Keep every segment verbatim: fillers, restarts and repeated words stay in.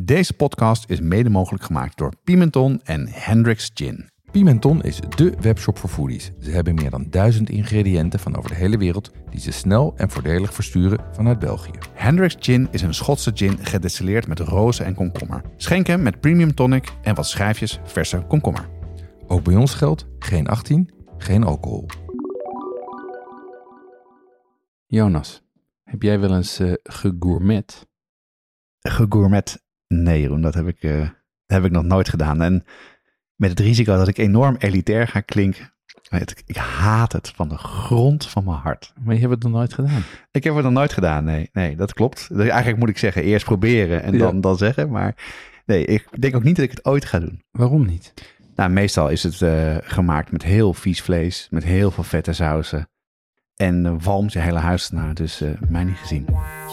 Deze podcast is mede mogelijk gemaakt door Pimenton en Hendrick's Gin. Pimenton is dé webshop voor foodies. Ze hebben meer dan duizend ingrediënten van over de hele wereld die ze snel en voordelig versturen vanuit België. Hendrick's Gin is een Schotse gin gedestilleerd met rozen en komkommer. Schenk hem met premium tonic en wat schijfjes verse komkommer. Ook bij ons geldt geen achttien, geen alcohol. Jonas, heb jij wel eens uh, gegourmet? Gegourmet? Nee, Jeroen, dat heb ik, uh, dat heb ik nog nooit gedaan. En met het risico dat ik enorm elitair ga klinken. Ik haat het van de grond van mijn hart. Maar je hebt het nog nooit gedaan? Ik heb het nog nooit gedaan, nee. Nee, dat klopt. Eigenlijk moet ik zeggen, eerst proberen en dan, ja. dan zeggen. Maar nee, ik denk ook niet dat ik het ooit ga doen. Waarom niet? Nou, meestal is het uh, gemaakt met heel vies vlees, met heel veel vette sauzen. En uh, walmt je hele huis ernaar, dus uh, mij niet gezien.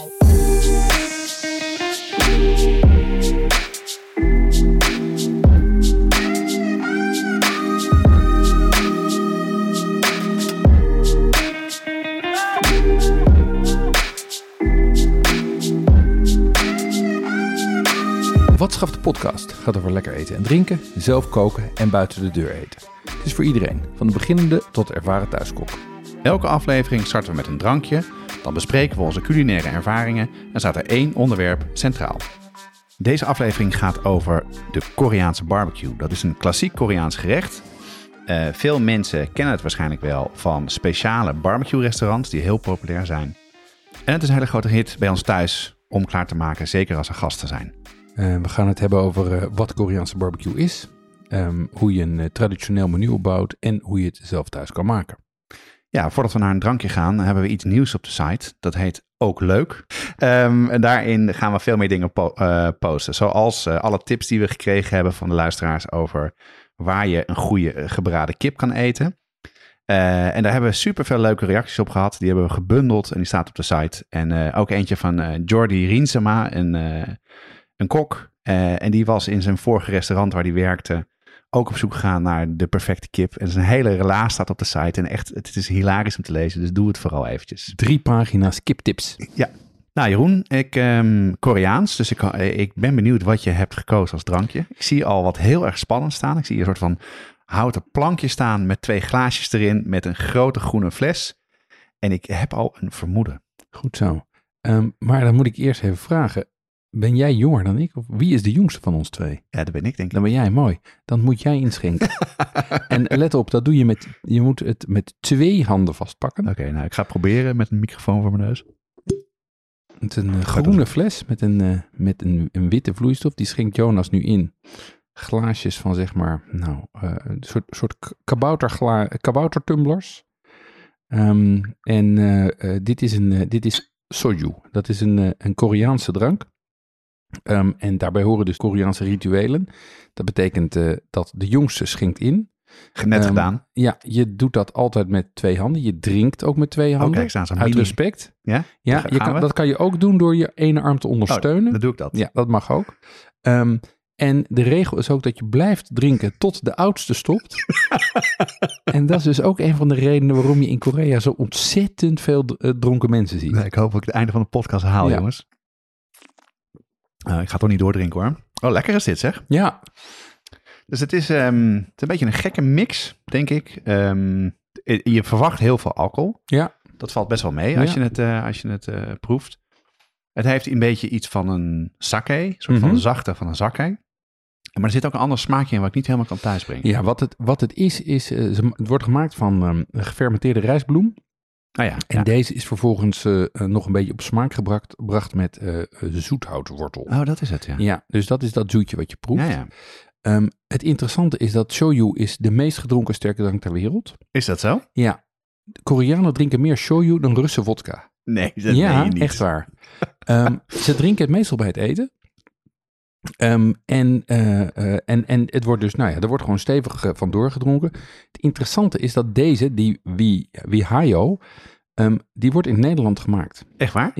Wat schaft de podcast gaat over lekker eten en drinken, zelf koken en buiten de deur eten. Het is voor iedereen, van de beginnende tot de ervaren thuiskok. Elke aflevering starten we met een drankje, dan bespreken we onze culinaire ervaringen en staat er één onderwerp centraal. Deze aflevering gaat over de Koreaanse barbecue. Dat is een klassiek Koreaans gerecht. Uh, veel mensen kennen het waarschijnlijk wel van speciale barbecue restaurants die heel populair zijn. En het is een hele grote hit bij ons thuis om klaar te maken, zeker als er gasten zijn. Uh, we gaan het hebben over uh, wat Koreaanse barbecue is, um, hoe je een uh, traditioneel menu opbouwt en hoe je het zelf thuis kan maken. Ja, voordat we naar een drankje gaan, hebben we iets nieuws op de site. Dat heet Ook Leuk. Um, en daarin gaan we veel meer dingen po- uh, posten. Zoals uh, alle tips die we gekregen hebben van de luisteraars over waar je een goede uh, gebraden kip kan eten. Uh, en daar hebben we super veel leuke reacties op gehad. Die hebben we gebundeld en die staat op de site. En uh, ook eentje van uh, Jordi Riensema, een, uh, een kok. Uh, en die was in zijn vorige restaurant waar hij werkte ook op zoek gegaan naar de perfecte kip. En zijn hele relaas staat op de site. En echt, het is hilarisch om te lezen. Dus doe het vooral eventjes. Drie pagina's kiptips. Ja. Nou Jeroen, ik um, Koreaans. Dus ik, ik ben benieuwd wat je hebt gekozen als drankje. Ik zie al wat heel erg spannend staan. Ik zie een soort van houten plankje staan met twee glaasjes erin. Met een grote groene fles. En ik heb al een vermoeden. Goed zo. Um, maar dan moet ik eerst even vragen. Ben jij jonger dan ik? Of wie is de jongste van ons twee? Ja, dat ben ik denk ik. Dan ben jij mooi. Dan moet jij inschenken. En let op, dat doe je met, je moet het met twee handen vastpakken. Oké, okay, nou ik ga het proberen met een microfoon voor mijn neus. Het is een uh, groene fles met, een, uh, met een, een witte vloeistof. Die schenkt Jonas nu in. Glaasjes van zeg maar, nou, uh, een soort, soort kaboutergla- kaboutertumblers. Um, en uh, uh, dit is, een, uh, dit is soju. Dat is een, uh, een Koreaanse drank. Um, en daarbij horen dus Koreaanse rituelen. Dat betekent uh, dat de jongste schenkt in. Net um, gedaan. Ja, je doet dat altijd met twee handen. Je drinkt ook met twee handen. Oké, uit mini... respect. Ja, ja je kan, dat kan je ook doen door je ene arm te ondersteunen. Oh, dan doe ik dat. Ja, dat mag ook. Um, en de regel is ook dat je blijft drinken tot de oudste stopt. En dat is dus ook een van de redenen waarom je in Korea zo ontzettend veel uh, dronken mensen ziet. Nee, ik hoop dat ik het einde van de podcast haal, ja. jongens. Uh, ik ga toch niet doordrinken hoor. Oh, lekker is dit zeg. Ja. Dus het is, um, het is een beetje een gekke mix, denk ik. Um, je verwacht heel veel alcohol. Ja. Dat valt best wel mee als ja. je het, uh, als je het uh, proeft. Het heeft een beetje iets van een sake, een soort mm-hmm. van zachte van een sake. Maar er zit ook een ander smaakje in wat ik niet helemaal kan thuisbrengen. Ja, wat het, wat het is, is uh, het wordt gemaakt van um, gefermenteerde rijstbloem. Ah ja, en ja. deze is vervolgens uh, nog een beetje op smaak gebracht, gebracht met uh, zoethoutwortel. Oh, dat is het, ja. Ja, dus dat is dat zoetje wat je proeft. Ja, ja. Um, het interessante is dat shoyu is de meest gedronken sterke drank ter wereld. Is dat zo? Ja. De Koreanen drinken meer shoyu dan Russen vodka. Nee, dat ja, meen je niet. echt waar. um, ze drinken het meestal bij het eten. Um, en, uh, uh, en, en het wordt dus, nou ja, er wordt gewoon stevig uh, van doorgedronken. Het interessante is dat deze, die Wihayo, um, die wordt in Nederland gemaakt. Echt waar? Ja,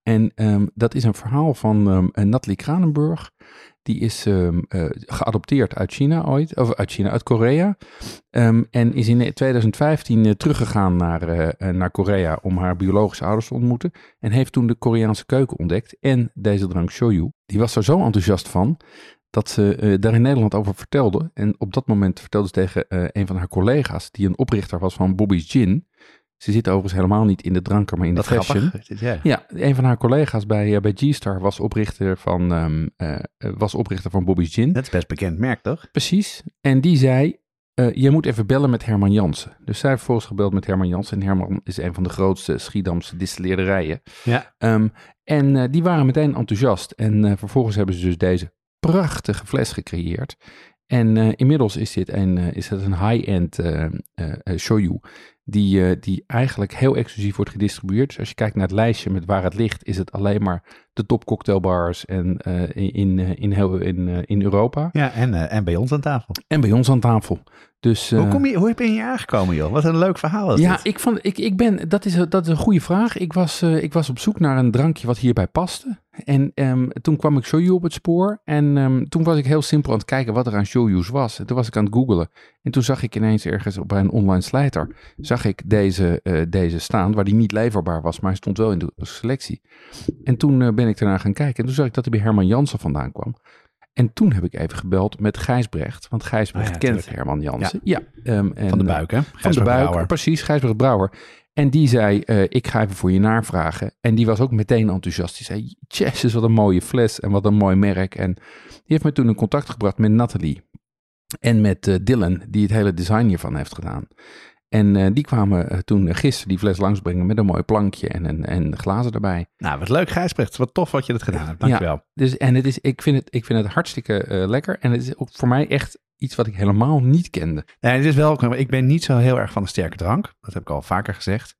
En um, dat is een verhaal van um, Nathalie Kranenburg. Die is um, uh, geadopteerd uit China ooit, of uit China, uit Korea. Um, en is in twintig vijftien uh, teruggegaan naar, uh, naar Korea om haar biologische ouders te ontmoeten. En heeft toen de Koreaanse keuken ontdekt en deze drank shoyu. Die was er zo enthousiast van dat ze uh, daar in Nederland over vertelde. En op dat moment vertelde ze tegen uh, een van haar collega's, die een oprichter was van Bobby's Gin. Ze zit overigens helemaal niet in de dranken, maar in de Dat fashion. Grappig. Ja. ja, een van haar collega's bij, uh, bij G-Star was oprichter van, um, uh, was oprichter van Bobby's Gin. Dat is best bekend merk, toch? Precies. En die zei, uh, je moet even bellen met Herman Jansen. Dus zij heeft vervolgens gebeld met Herman Jansen. En Herman is een van de grootste Schiedamse distilleerderijen. Ja. Um, en uh, die waren meteen enthousiast. En uh, vervolgens hebben ze dus deze prachtige fles gecreëerd. En uh, inmiddels is dit een, uh, is het een high-end uh, uh, shoyu die, uh, die eigenlijk heel exclusief wordt gedistribueerd. Dus als je kijkt naar het lijstje met waar het ligt, is het alleen maar de top cocktailbars en, uh, in, uh, in, heel, in, uh, in Europa. Ja, en, uh, en bij ons aan tafel. En bij ons aan tafel. Dus, uh, hoe, kom je, hoe ben je hier aangekomen, joh? Wat een leuk verhaal is ja, dit. ik vond, ik, ik ben, dat is, dat is een goede vraag. Ik was, uh, ik was op zoek naar een drankje wat hierbij paste. En um, toen kwam ik shoyu op het spoor. En um, toen was ik heel simpel aan het kijken wat er aan shoyu's was. En toen was ik aan het googlen. En toen zag ik ineens ergens op bij een online slijter, zag ik deze, uh, deze staan, waar die niet leverbaar was, maar hij stond wel in de selectie. En toen uh, ben ik daarna gaan kijken. En toen zag ik dat hij bij Herman Jansen vandaan kwam. En toen heb ik even gebeld met Gijsbrecht. Want Gijsbrecht oh ja, kent tuurlijk. Herman Jansen. Ja. ja um, en, van de Buik, hè? Van de Buik, Brouwer. precies. Gijsbrecht Brouwer. En die zei, uh, ik ga even voor je navragen. En die was ook meteen enthousiast. Die zei, jezus, wat een mooie fles en wat een mooi merk. En die heeft me toen in contact gebracht met Nathalie. En met uh, Dylan, die het hele design hiervan heeft gedaan. En uh, die kwamen uh, toen gisteren die fles langsbrengen met een mooi plankje en, en, en glazen erbij. Nou, wat leuk, Gijsbrecht. Wat tof wat je dat gedaan hebt. Dankjewel. Ja, dus, en het is, ik, vind het, ik vind het hartstikke uh, lekker. En het is ook voor mij echt iets wat ik helemaal niet kende. Nee, het is wel, ik ben niet zo heel erg van de sterke drank. Dat heb ik al vaker gezegd.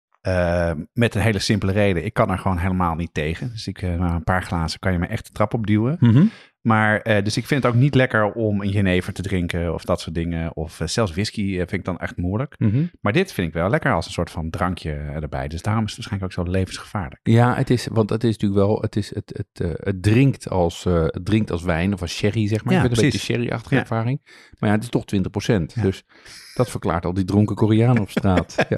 Uh, met een hele simpele reden. Ik kan er gewoon helemaal niet tegen. Dus ik, uh, na een paar glazen kan je me echt de trap opduwen. Mm-hmm. Maar, uh, dus ik vind het ook niet lekker om een jenever te drinken of dat soort dingen. Of uh, zelfs whisky uh, vind ik dan echt moeilijk. Mm-hmm. Maar dit vind ik wel lekker als een soort van drankje erbij. Dus daarom is het waarschijnlijk ook zo levensgevaarlijk. Ja, het is, want het is natuurlijk wel, het, is, het, het, uh, het, drinkt als, uh, het drinkt als wijn of als sherry, zeg maar. Ja, Met een precies. beetje sherry-achtige Ja. ervaring. Maar ja, het is toch twintig procent. Ja. Dus dat verklaart al die dronken Koreanen op straat. Ja.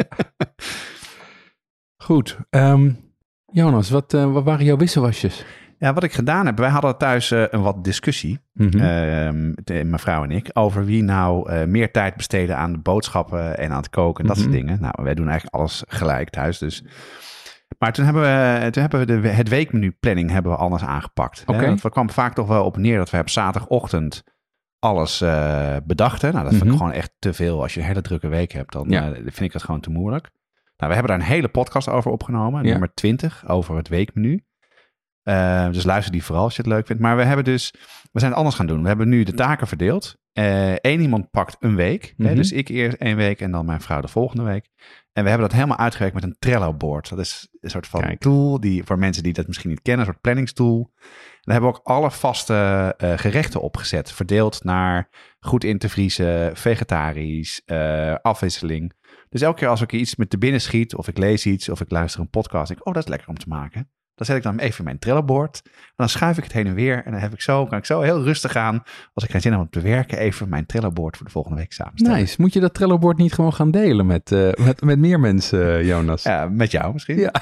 Goed. Um, Jonas, wat, uh, wat waren jouw wisselwasjes? Ja, wat ik gedaan heb, wij hadden thuis uh, een wat discussie, Mm-hmm. uh, de, mijn vrouw en ik, over wie nou uh, meer tijd besteden aan de boodschappen en aan het koken en dat Mm-hmm. soort dingen. Nou, wij doen eigenlijk alles gelijk thuis, dus. Maar toen hebben we, toen hebben we de, het weekmenu planning hebben we anders aangepakt. Oké. Hè? Want we kwamen vaak toch wel op neer dat we op zaterdagochtend alles uh, bedachten. Nou, dat vind Mm-hmm. ik gewoon echt te veel. Als je een hele drukke week hebt, dan Ja. uh, vind ik dat gewoon te moeilijk. Nou, we hebben daar een hele podcast over opgenomen, Ja. nummer twintig, over het weekmenu. Uh, dus luister die vooral als je het leuk vindt. Maar we hebben dus, we zijn het anders gaan doen. We hebben nu de taken verdeeld. Eén uh, iemand pakt een week. Mm-hmm. Hè? Dus ik eerst één week en dan mijn vrouw de volgende week. En we hebben dat helemaal uitgewerkt met een Trello-board. Dat is een soort van Kijk. tool die voor mensen die dat misschien niet kennen, een soort planningstool. Daar hebben we ook alle vaste uh, gerechten opgezet. Verdeeld naar goed in te vriezen, vegetarisch, uh, afwisseling. Dus elke keer als ik iets met te binnen schiet, of ik lees iets, of ik luister een podcast, denk ik, oh, dat is lekker om te maken. Dan zet ik dan even in mijn Trello-board. En dan schuif ik het heen en weer. En dan heb ik zo, kan ik zo heel rustig aan, als ik geen zin heb om te werken, even mijn Trello-board voor de volgende week samenstellen. Nice. Moet je dat Trello-board niet gewoon gaan delen met, uh, met, met meer mensen, uh, Jonas? Ja, met jou misschien. Ja.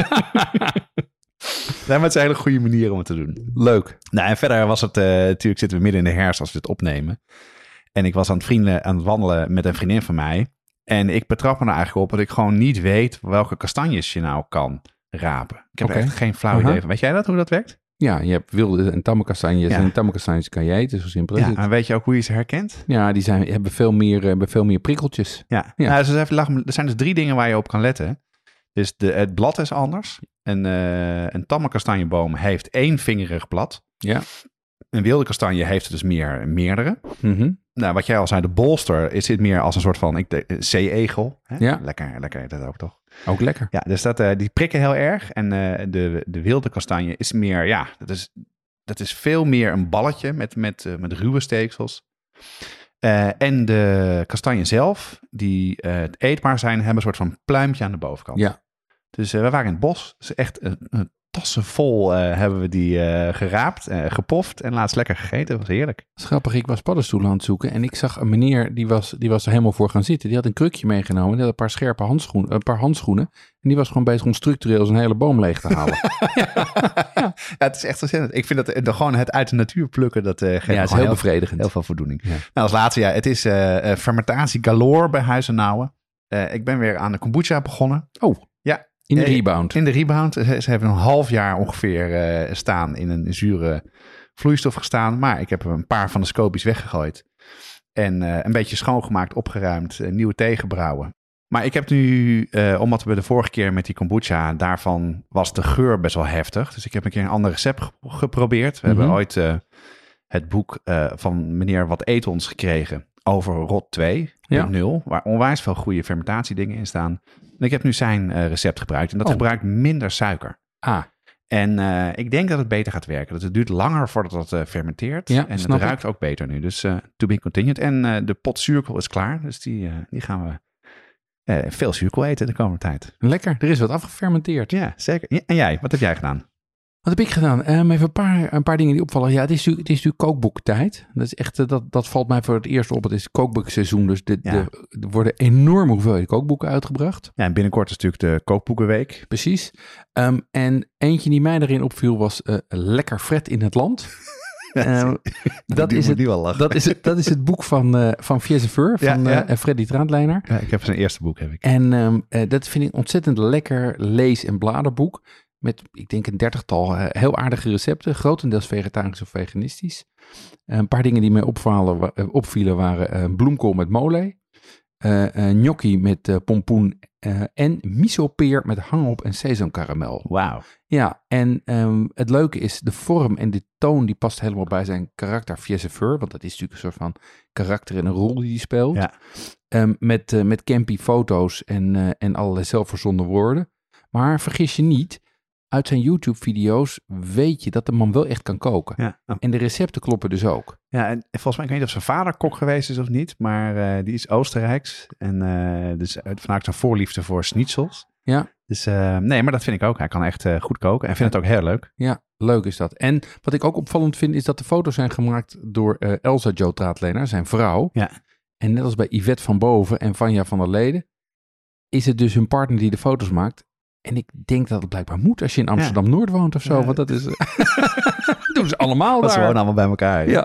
Nee, maar het is een hele goede manier om het te doen. Leuk. Nou, en verder was het, uh, natuurlijk zitten we midden in de herfst als we dit opnemen. En ik was aan het, vrienden, aan het wandelen met een vriendin van mij. En ik betrap me er eigenlijk op dat ik gewoon niet weet welke kastanjes je nou kan rapen. Ik heb Oké. er echt geen flauw Aha. idee van. Weet jij dat, hoe dat werkt? Ja, je hebt wilde en tamme kastanjes. Ja. En tamme kastanjes kan je eten, zo simpel is Ja, het. en weet je ook hoe je ze herkent? Ja, die zijn, hebben, veel meer, hebben veel meer prikkeltjes. Ja, Ja. Nou, dus even, lag- er zijn dus drie dingen waar je op kan letten. Dus de, het blad is anders. Een, uh, een tamme kastanjeboom heeft één vingerig blad. Ja. Een wilde kastanje heeft er dus meer, meerdere. Mm-hmm. Nou, wat jij al zei, de bolster is dit meer als een soort van ik, de, zee-egel. Hè? Ja. Lekker, lekker dat ook toch? Ook lekker. Ja, dus dat, uh, die prikken heel erg. En uh, de, de wilde kastanje is meer, ja, dat is, dat is veel meer een balletje met, met, uh, met ruwe steeksels. Uh, en de kastanje zelf, die uh, eetbaar zijn, hebben een soort van pluimpje aan de bovenkant. Ja. Dus uh, we waren in het bos. Dus echt een, een tassen vol uh, hebben we die uh, geraapt, uh, gepoft en laatst lekker gegeten. Dat was heerlijk. Dat is grappig, ik was paddenstoelen aan het zoeken en ik zag een meneer, die was, die was er helemaal voor gaan zitten. Die had een krukje meegenomen, die had een paar scherpe handschoenen, een paar handschoenen. En die was gewoon bezig om structureel zijn hele boom leeg te halen. ja. Ja, het is echt ontzettend. Ik vind dat uh, gewoon het uit de natuur plukken, dat uh, geeft ja, het is heel heel, bevredigend. Heel veel voldoening. Ja. Nou, als laatste, ja, het is uh, uh, fermentatie galore bij Huis en Nouwen. Uh, ik ben weer aan de kombucha begonnen. Oh, ja. In de rebound. In de rebound. Ze, ze hebben een half jaar ongeveer uh, staan in een zure vloeistof gestaan. Maar ik heb een paar van de scobies weggegooid. En uh, een beetje schoongemaakt, opgeruimd, uh, nieuwe thee gebrouwen. Maar ik heb nu, uh, omdat we de vorige keer met die kombucha, daarvan was de geur best wel heftig. Dus ik heb een keer een ander recept ge- geprobeerd. We mm-hmm. hebben ooit uh, het boek uh, van meneer Wat Eet Ons gekregen over Rot twee punt nul. Ja. Waar onwijs veel goede fermentatiedingen in staan. En ik heb nu zijn uh, recept gebruikt. En dat oh. gebruikt minder suiker. Ah. En uh, ik denk dat het beter gaat werken. Dat het duurt langer voordat het uh, fermenteert. Ja, en het ruikt ik. ook beter nu. Dus uh, to be continued. En uh, de pot zuurkool is klaar. Dus die, uh, die gaan we uh, veel zuurkool eten de komende tijd. Lekker. Er is wat afgefermenteerd. Ja, zeker. Ja, en jij? Wat heb jij gedaan? Wat heb ik gedaan? Um, even een paar, een paar dingen die opvallen. Ja, het is, het is natuurlijk kookboektijd. Dat is echt, dat, dat valt mij voor het eerst op. Het is kookboekseizoen, dus de, ja. de, er worden enorme hoeveelheden kookboeken uitgebracht. Ja, en binnenkort is natuurlijk de kookboekenweek. Precies. Um, en eentje die mij daarin opviel was uh, Lekker Fred in het Land. Uh, dat, is het, dat, is het, dat is het boek van, uh, van Viezeveur, van ja, ja. Uh, Freddy Traandlijner. Ja, ik heb zijn eerste boek, heb ik. En um, uh, dat vind ik ontzettend lekker lees- en bladerboek. Met, ik denk, een dertigtal uh, heel aardige recepten. Grotendeels vegetarisch of veganistisch. Uh, een paar dingen die mij opvallen, uh, opvielen waren uh, bloemkool met mole. Uh, uh, gnocchi met uh, pompoen. Uh, en miso-peer met hangop en sesamkaramel. Wauw. Ja, en um, het leuke is, de vorm en de toon, die past helemaal bij zijn karakter Viezeveur. Want dat is natuurlijk een soort van karakter en een rol die hij speelt. Ja. Um, met, uh, met campy foto's en, uh, en allerlei zelfverzonnen woorden. Maar vergis je niet, uit zijn YouTube-video's weet je dat de man wel echt kan koken. Ja. Oh. En de recepten kloppen dus ook. Ja, en volgens mij, ik weet niet of zijn vader kok geweest is of niet, maar uh, die is Oostenrijks. En uh, dus vanuit zijn voorliefde voor schnitzels. Ja. Dus uh, nee, maar dat vind ik ook. Hij kan echt uh, goed koken en vindt ja. het ook heel leuk. Ja, leuk is dat. En wat ik ook opvallend vind, is dat de foto's zijn gemaakt door uh, Elsa Jo Traandlijner, zijn vrouw. Ja. En net als bij Yvette van Boven en Vanja van der Leden, is het dus hun partner die de foto's maakt. En ik denk dat het blijkbaar moet als je in Amsterdam-Noord ja. woont of zo. Ja. Want dat is... doen ze allemaal dat daar. Ze wonen allemaal bij elkaar. Ja.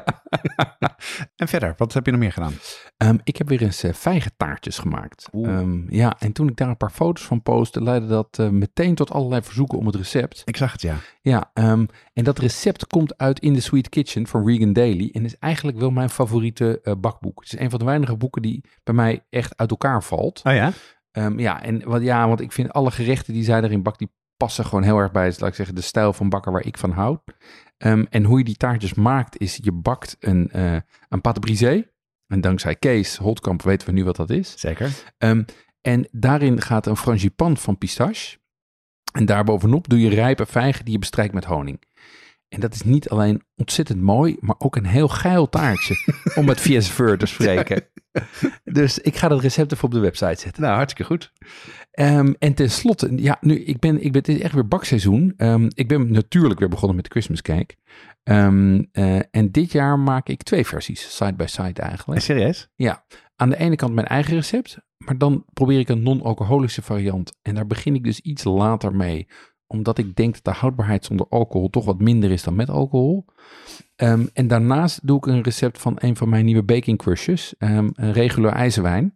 En verder, wat heb je nog meer gedaan? Um, ik heb weer eens uh, vijgentaartjes gemaakt. Um, ja, en toen ik daar een paar foto's van postte, leidde dat uh, meteen tot allerlei verzoeken om het recept. Ik zag het, ja. Ja, um, en dat recept komt uit In the Sweet Kitchen van Regan Daly. En is eigenlijk wel mijn favoriete uh, bakboek. Het is een van de weinige boeken die bij mij echt uit elkaar valt. Oh ja? Um, ja, en wat, ja, want ik vind alle gerechten die zij erin bakt, die passen gewoon heel erg bij, laat ik zeggen, de stijl van bakken waar ik van houd. Um, en hoe je die taartjes maakt, is je bakt een, uh, een pâte brisée. En dankzij Kees Holtkamp weten we nu wat dat is. Zeker. Um, en daarin gaat een frangipane van pistache. En daarbovenop doe je rijpe vijgen die je bestrijkt met honing. En dat is niet alleen ontzettend mooi, maar ook een heel geil taartje. Om met Viezeveur te spreken. Dus ik ga dat recept even op de website zetten. Nou, hartstikke goed. Um, en tenslotte, ja, nu, ik ben, ik ben, het is echt weer bakseizoen. Um, ik ben natuurlijk weer begonnen met de Christmas cake. Um, uh, en dit jaar maak ik twee versies, side by side eigenlijk. Serieus? Ja, aan de ene kant mijn eigen recept, maar dan probeer ik een non-alcoholische variant. En daar begin ik dus iets later mee, omdat ik denk dat de houdbaarheid zonder alcohol toch wat minder is dan met alcohol. Um, en daarnaast doe ik een recept van een van mijn nieuwe baking crushes, um, een regular ijzerwijn.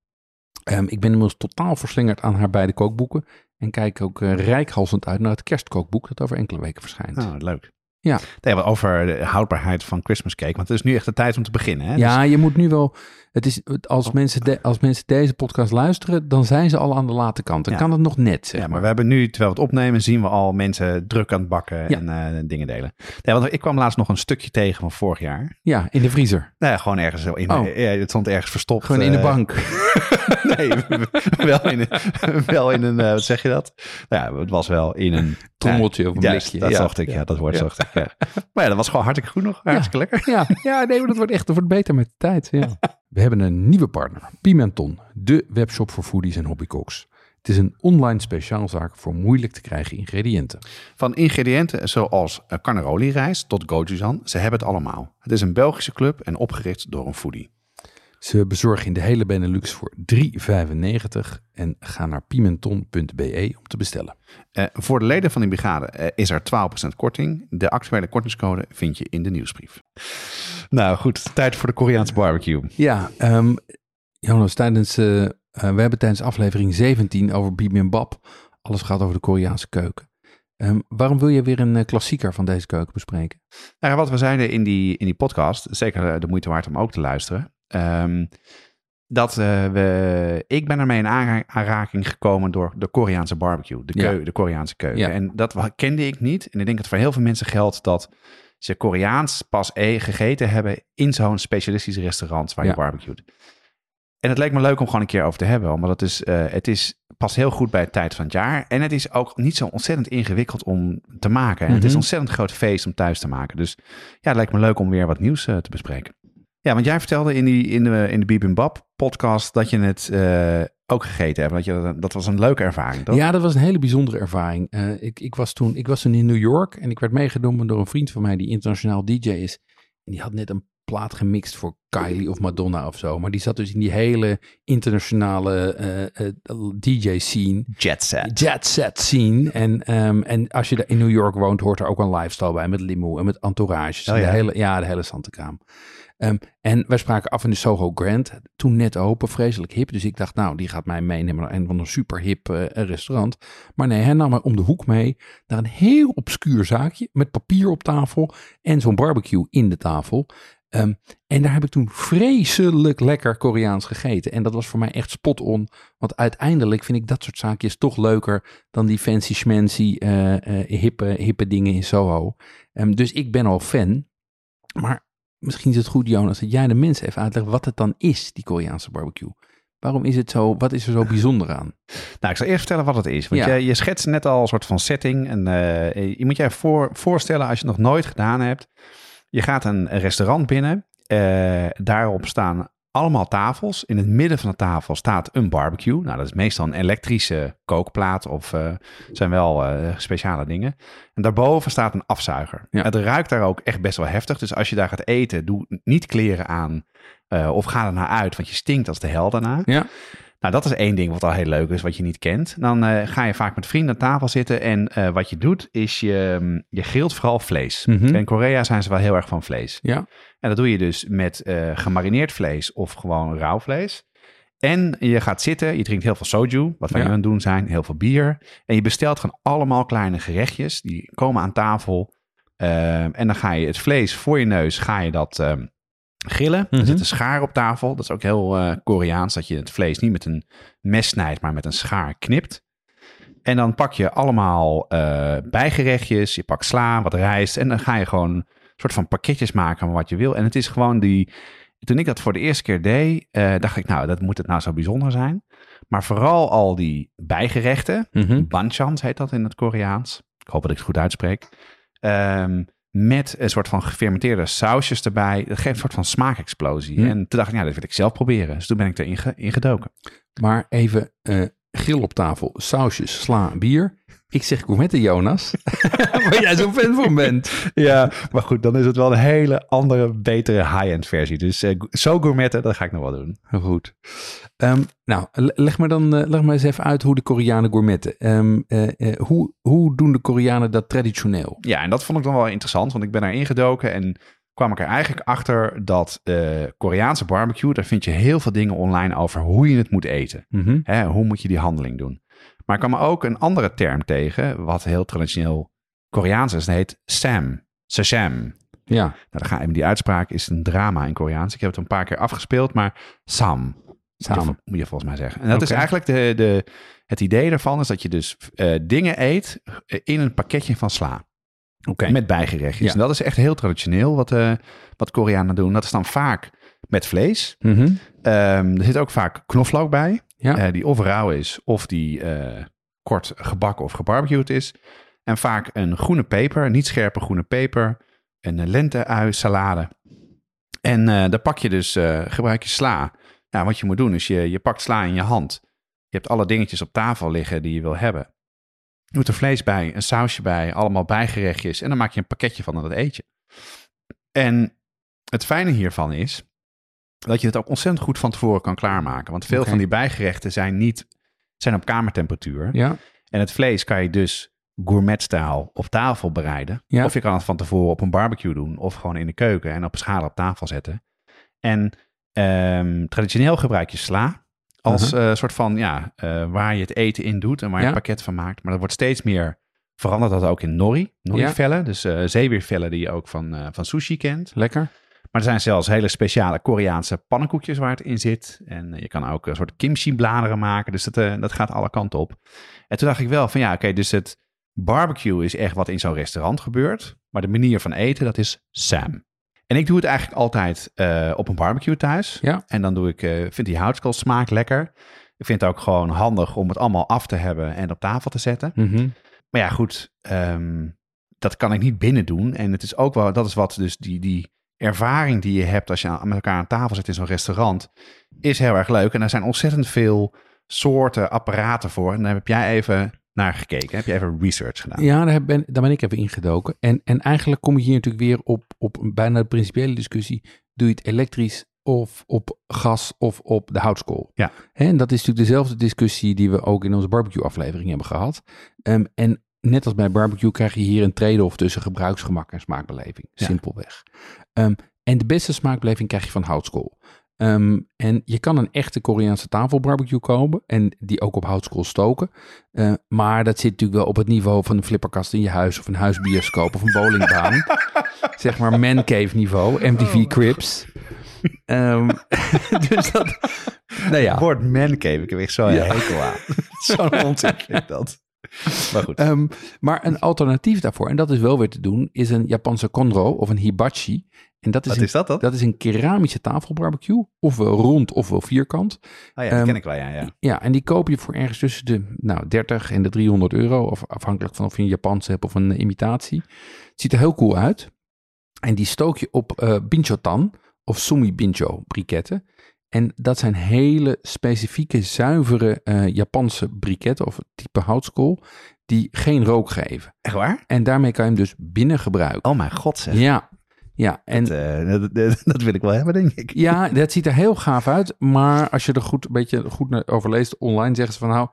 Um, ik ben inmiddels totaal verslingerd aan haar beide kookboeken en kijk ook uh, reikhalzend uit naar het kerstkookboek dat over enkele weken verschijnt. Oh, leuk. Ja. Nee, over de houdbaarheid van Christmas cake, want het is nu echt de tijd om te beginnen. Hè? Ja, dus... je moet nu wel, het is, als, oh. mensen de, als mensen deze podcast luisteren, dan zijn ze al aan de late kant. Dan ja. kan het nog net, zeg Ja, maar, maar we hebben nu, terwijl we het opnemen, zien we al mensen druk aan het bakken ja. en uh, dingen delen. Nee, want ik kwam laatst nog een stukje tegen van vorig jaar. Ja, in de vriezer. Nee, gewoon ergens zo in. Oh. Ja, het stond ergens verstopt. Gewoon in de bank. nee, wel in een, wel in een uh, wat zeg je dat? Nou ja, het was wel in een trommeltje of een ja, blikje. Dat ja. zocht ik, ja, dat woord ja. zocht ik. Ja. Maar ja, dat was gewoon hartstikke goed nog. Hartstikke ja. lekker. Ja, ja, nee, maar dat wordt echt, dat wordt beter met de tijd. Ja. We hebben een nieuwe partner, Pimenton, de webshop voor foodies en hobbycooks. Het is een online speciaalzaak voor moeilijk te krijgen ingrediënten. Van ingrediënten zoals carnaroli-rijst tot gochujang, ze hebben het allemaal. Het is een Belgische club en opgericht door een foodie. Ze bezorgen in de hele Benelux voor drie euro vijfennegentig en ga naar pimenton punt b e om te bestellen. Uh, voor de leden van die brigade uh, is er twaalf procent korting. De actuele kortingscode vind je in de nieuwsbrief. Nou goed, tijd voor de Koreaanse barbecue. Ja, um, Jonas, tijdens, uh, uh, we hebben tijdens aflevering zeventien over bibimbap alles gaat over de Koreaanse keuken. Um, waarom wil je weer een uh, klassieker van deze keuken bespreken? Nou, wat we zeiden in die, in die podcast, zeker de moeite waard om ook te luisteren. Um, dat uh, we, ik ben ermee in aanraking gekomen door de Koreaanse barbecue, de, keu, ja. de Koreaanse keuken. Ja. En dat kende ik niet. En ik denk dat voor heel veel mensen geldt dat ze Koreaans pas e gegeten hebben in zo'n specialistisch restaurant waar ja. je barbecued. En het leek me leuk om gewoon een keer over te hebben, omdat het is, uh, het is past heel goed bij de tijd van het jaar. En het is ook niet zo ontzettend ingewikkeld om te maken. En mm-hmm. Het is een ontzettend groot feest om thuis te maken. Dus ja, het lijkt me leuk om weer wat nieuws uh, te bespreken. Ja, want jij vertelde in, die, in de, in de Bibimbap podcast dat je het uh, ook gegeten hebt. Dat, je, dat was een leuke ervaring, toch? Ja, dat was een hele bijzondere ervaring. Uh, ik, ik, was toen, ik was toen in New York en ik werd meegenomen door een vriend van mij die internationaal D J is. En die had net een plaat gemixt voor Kylie of Madonna of zo. Maar die zat dus in die hele internationale uh, uh, D J-scene. Jet set. Jet set scene. En, um, en als je in New York woont, hoort er ook een lifestyle bij met limo en met entourages. Oh, ja. De hele, ja, de hele zantekraam. Um, en wij spraken af in de Soho Grand. Toen net open, vreselijk hip. Dus ik dacht, nou, die gaat mij meenemen naar een van een super hip uh, restaurant. Maar nee, hij nam mij om de hoek mee naar een heel obscuur zaakje met papier op tafel en zo'n barbecue in de tafel. Um, en daar heb ik toen vreselijk lekker Koreaans gegeten. En dat was voor mij echt spot on. Want uiteindelijk vind ik dat soort zaakjes toch leuker dan die fancy schmancy uh, uh, hippe, hippe dingen in Soho. Um, dus ik ben al fan. Maar misschien is het goed, Jonas, dat jij de mensen even uitlegt wat het dan is, die Koreaanse barbecue. Waarom is het zo, wat is er zo bijzonder aan? Nou, ik zal eerst vertellen wat het is. Want ja. je, je schetst net al een soort van setting. En uh, je moet je voor, voorstellen, als je het nog nooit gedaan hebt. Je gaat een restaurant binnen. Uh, daarop staan allemaal tafels. In het midden van de tafel staat een barbecue. Nou, dat is meestal een elektrische kookplaat of uh, zijn wel uh, speciale dingen. En daarboven staat een afzuiger. Ja. Het ruikt daar ook echt best wel heftig. Dus als je daar gaat eten, doe niet kleren aan uh, of ga er naar uit, want je stinkt als de hel daarna. Ja. Nou, dat is één ding wat al heel leuk is, wat je niet kent. Dan uh, ga je vaak met vrienden aan tafel zitten en uh, wat je doet is je, je grilt vooral vlees. Mm-hmm. In Korea zijn ze wel heel erg van vlees. Ja. En dat doe je dus met uh, gemarineerd vlees of gewoon rauw vlees. En je gaat zitten, je drinkt heel veel soju, wat wij ja. nu aan het doen zijn, heel veel bier. En je bestelt gewoon allemaal kleine gerechtjes, die komen aan tafel. Uh, en dan ga je het vlees voor je neus, ga je dat uh, grillen. Mm-hmm. Er zit een schaar op tafel, dat is ook heel uh, Koreaans, dat je het vlees niet met een mes snijdt, maar met een schaar knipt. En dan pak je allemaal uh, bijgerechtjes, je pakt sla, wat rijst en dan ga je gewoon soort van pakketjes maken van wat je wil. En het is gewoon die... Toen ik dat voor de eerste keer deed, uh, dacht ik, nou, dat moet het nou zo bijzonder zijn. Maar vooral al die bijgerechten, mm-hmm. banchans heet dat in het Koreaans. Ik hoop dat ik het goed uitspreek. Um, met een soort van gefermenteerde sausjes erbij. Dat geeft een soort van smaakexplosie. Mm. En toen dacht ik, nou, dat wil ik zelf proberen. Dus toen ben ik erin ge- in gedoken. Maar even uh, grill op tafel, sausjes, sla, bier. Ik zeg gourmetten, Jonas. Waar jij zo'n fan van bent. Ja, maar goed, dan is het wel een hele andere, betere high-end versie. Dus uh, zo gourmetten, dat ga ik nog wel doen. Goed. Um, nou, leg me dan uh, leg me eens even uit hoe de Koreanen gourmetten. Um, uh, uh, hoe, hoe doen de Koreanen dat traditioneel? Ja, en dat vond ik dan wel interessant, want ik ben daar ingedoken en kwam ik er eigenlijk achter dat uh, Koreaanse barbecue, daar vind je heel veel dingen online over hoe je het moet eten. Mm-hmm. Hè, hoe moet je die handeling doen? Maar ik kwam ook een andere term tegen, wat heel traditioneel Koreaans is. Dat heet sam, sasham. Ja. Nou, dan ga ik, die uitspraak is een drama in Koreaans. Ik heb het een paar keer afgespeeld, maar sam, sam. Moet, je, moet je volgens mij zeggen. En dat okay. is eigenlijk de, de, het idee daarvan is dat je dus uh, dingen eet in een pakketje van sla. Okay. Met bijgerechtjes. Ja. En dat is echt heel traditioneel wat, uh, wat Koreanen doen. Dat is dan vaak met vlees. Mm-hmm. Um, er zit ook vaak knoflook bij. Ja. Uh, die of rauw is of die uh, kort gebakken of gebarbecued is. En vaak een groene peper, niet scherpe groene peper. Een lente-ui salade. En uh, daar pak je dus, uh, gebruik je sla. Ja, wat je moet doen is je, je pakt sla in je hand. Je hebt alle dingetjes op tafel liggen die je wil hebben. Je moet er vlees bij, een sausje bij, allemaal bijgerechtjes. En dan maak je een pakketje van en dat eet je. En het fijne hiervan is dat je het ook ontzettend goed van tevoren kan klaarmaken. Want veel Okay. van die bijgerechten zijn, niet, zijn op kamertemperatuur. Ja. En het vlees kan je dus gourmetstijl op tafel bereiden. Ja. Of je kan het van tevoren op een barbecue doen. Of gewoon in de keuken en op schalen op tafel zetten. En um, traditioneel gebruik je sla als uh-huh. uh, soort van ja, uh, waar je het eten in doet en waar je ja. een pakket van maakt. Maar dat wordt steeds meer veranderd dat ook in nori. Nori-vellen, ja. dus uh, zeewiervellen die je ook van, uh, van sushi kent. Lekker. Maar er zijn zelfs hele speciale Koreaanse pannenkoekjes waar het in zit. En uh, je kan ook een soort kimchi-bladeren maken. Dus dat, uh, dat gaat alle kanten op. En toen dacht ik wel van ja, oké, okay, dus het barbecue is echt wat in zo'n restaurant gebeurt. Maar de manier van eten, dat is Sam. En ik doe het eigenlijk altijd uh, op een barbecue thuis. Ja. En dan doe ik, uh, vind die houtskool smaak lekker. Ik vind het ook gewoon handig om het allemaal af te hebben en op tafel te zetten. Mm-hmm. Maar ja, goed, um, dat kan ik niet binnen doen. En het is ook wel, dat is wat dus die, die ervaring die je hebt als je met elkaar aan tafel zit in zo'n restaurant, is heel erg leuk. En er zijn ontzettend veel soorten apparaten voor. En daar heb jij even naar gekeken. Heb je even research gedaan? Ja, daar ben, daar ben ik even ingedoken. En, en eigenlijk kom je hier natuurlijk weer op, op bijna de principiële discussie. Doe je het elektrisch of op gas of op de houtskool? Ja. Hè, en dat is natuurlijk dezelfde discussie die we ook in onze barbecue aflevering hebben gehad. Um, en net als bij barbecue krijg je hier een trade-off tussen gebruiksgemak en smaakbeleving. Ja. Simpelweg. Um, en de beste smaakbeleving krijg je van houtskool. Um, en je kan een echte Koreaanse tafelbarbecue kopen en die ook op houtskool stoken. Uh, maar dat zit natuurlijk wel op het niveau van een flipperkast in je huis of een huisbioscoop of een bowlingbaan. Zeg maar mancave niveau, M T V Cribs. Um, dus dat, nou ja. Het woord mancave, ik heb echt zo'n Ja. hekel aan. Zo'n onzin vind ik dat. Maar goed. Um, maar een alternatief daarvoor, en dat is wel weer te doen, is een Japanse konro of een hibachi. En dat is Wat een, is dat dan? Dat is een keramische tafelbarbecue, ofwel rond ofwel vierkant. Oh ja, dat Um, ken ik wel, ja. ja. Ja, en die koop je voor ergens tussen de nou, dertig en de driehonderd euro, of afhankelijk van of je een Japanse hebt of een uh, imitatie. Het ziet er heel cool uit. En die stook je op uh, binchotan of sumi bincho briketten. En dat zijn hele specifieke, zuivere uh, Japanse briketten of type houtskool die geen rook geven. Echt waar? En daarmee kan je hem dus binnen gebruiken. Oh mijn god zeg. Ja, ja. En dat, uh, dat, dat, dat wil ik wel hebben, denk ik. ja, dat ziet er heel gaaf uit. Maar als je er goed, een beetje goed naar over leest online, zeggen ze van nou,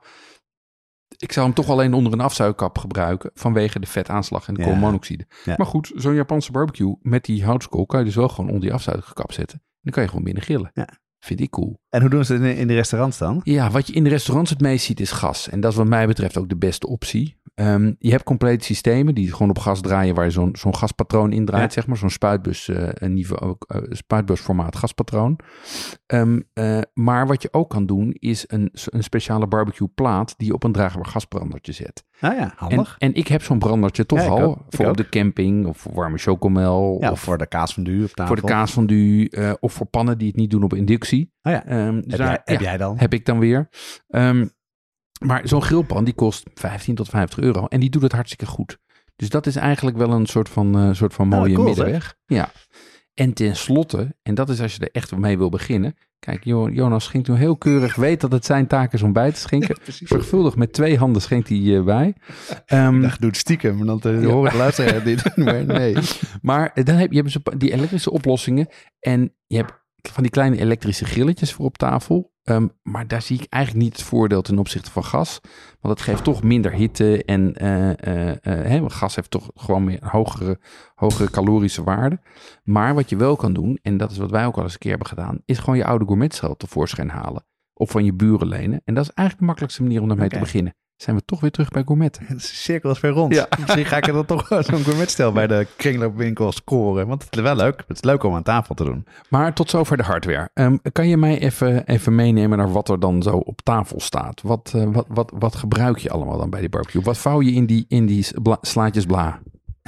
ik zou hem toch alleen onder een afzuigkap gebruiken vanwege de vetaanslag en de Ja. koolmonoxide. Ja. Maar goed, zo'n Japanse barbecue met die houtskool kan je dus wel gewoon onder die afzuigkap zetten. En dan kan je gewoon binnen grillen. Ja. Vind ik cool. En hoe doen ze het in, in de restaurants dan? Ja, wat je in de restaurants het meest ziet is gas. En dat is wat mij betreft ook de beste optie. Um, je hebt complete systemen die gewoon op gas draaien, waar je zo'n, zo'n gaspatroon in draait, ja. zeg maar. Zo'n spuitbus, uh, een niveau, uh, spuitbusformaat gaspatroon. Um, uh, maar wat je ook kan doen, is een, een speciale barbecue plaat die je op een draagbaar gasbrandertje zet. Ah ja, handig. En, en ik heb zo'n brandertje toch ja, al. ook, voor ook. op de camping of voor warme chocomel. Ja, of voor de kaasfondue op tafel. voor de kaasfondue uh, of voor pannen die het niet doen op inductie. Oh ja, um, dus heb, daar, jij, heb ja, jij dan? Heb ik dan weer. Um, maar zo'n grillpan die kost vijftien tot vijftig euro en die doet het hartstikke goed. Dus dat is eigenlijk wel een soort van, uh, soort van mooie oh, cool, middenweg. Zeg. Ja. En tenslotte, en dat is als je er echt mee wil beginnen. Kijk, Jonas schenkt nu heel keurig, weet dat het zijn taak is om bij te schenken. Ja, zorgvuldig met twee handen schenkt hij uh, bij. Um, ik dacht, doe het stiekem, want dan uh, hoor ik luisteren dit. Maar nee. Maar dan heb je dus die elektrische oplossingen en je hebt van die kleine elektrische grilletjes voor op tafel. Um, maar daar zie ik eigenlijk niet het voordeel ten opzichte van gas. Want het geeft toch minder hitte en uh, uh, uh, hè, gas heeft toch gewoon meer hogere, hogere calorische waarde. Maar wat je wel kan doen, en dat is wat wij ook al eens een keer hebben gedaan, is gewoon je oude gourmetschel tevoorschijn halen. Of van je buren lenen. En dat is eigenlijk de makkelijkste manier om daarmee okay. te beginnen. Zijn we toch weer terug bij gourmetten. De cirkel is weer rond. Ja. Misschien ga ik er dan toch zo'n gourmetstel bij de kringloopwinkel scoren. Want het is wel leuk. Het is leuk om aan tafel te doen. Maar tot zover de hardware. Um, kan je mij even, even meenemen naar wat er dan zo op tafel staat? Wat, uh, wat, wat, wat gebruik je allemaal dan bij die barbecue? Wat vouw je in die, in die bla, slaatjes bla?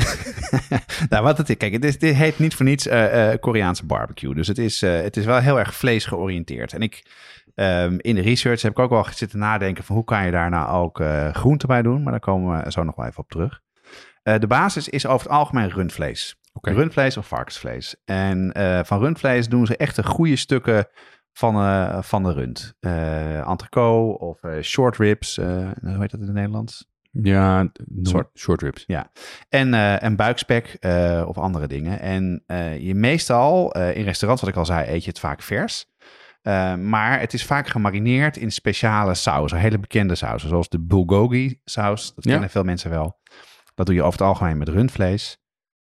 nou, wat het is, kijk, het is, dit heet niet voor niets uh, uh, Koreaanse barbecue. Dus het is, uh, het is wel heel erg vleesgeoriënteerd. En ik... Um, in de research heb ik ook wel zitten nadenken van hoe kan je daar nou ook uh, groenten bij doen. Maar daar komen we zo nog wel even op terug. Uh, de basis is over het algemeen rundvlees. Okay. Rundvlees of varkensvlees. En uh, van rundvlees doen ze echt de goede stukken van, uh, van de rund. Uh, entrecote of uh, short ribs. Uh, hoe heet dat in het Nederlands? Ja, short, short ribs. Ja, en, uh, en buikspek uh, of andere dingen. En uh, je meestal, uh, in restaurants, wat ik al zei, eet je het vaak vers. Uh, maar het is vaak gemarineerd in speciale sauzen, hele bekende sauzen. Zoals de bulgogi saus, dat kennen ja. veel mensen wel. Dat doe je over het algemeen met rundvlees.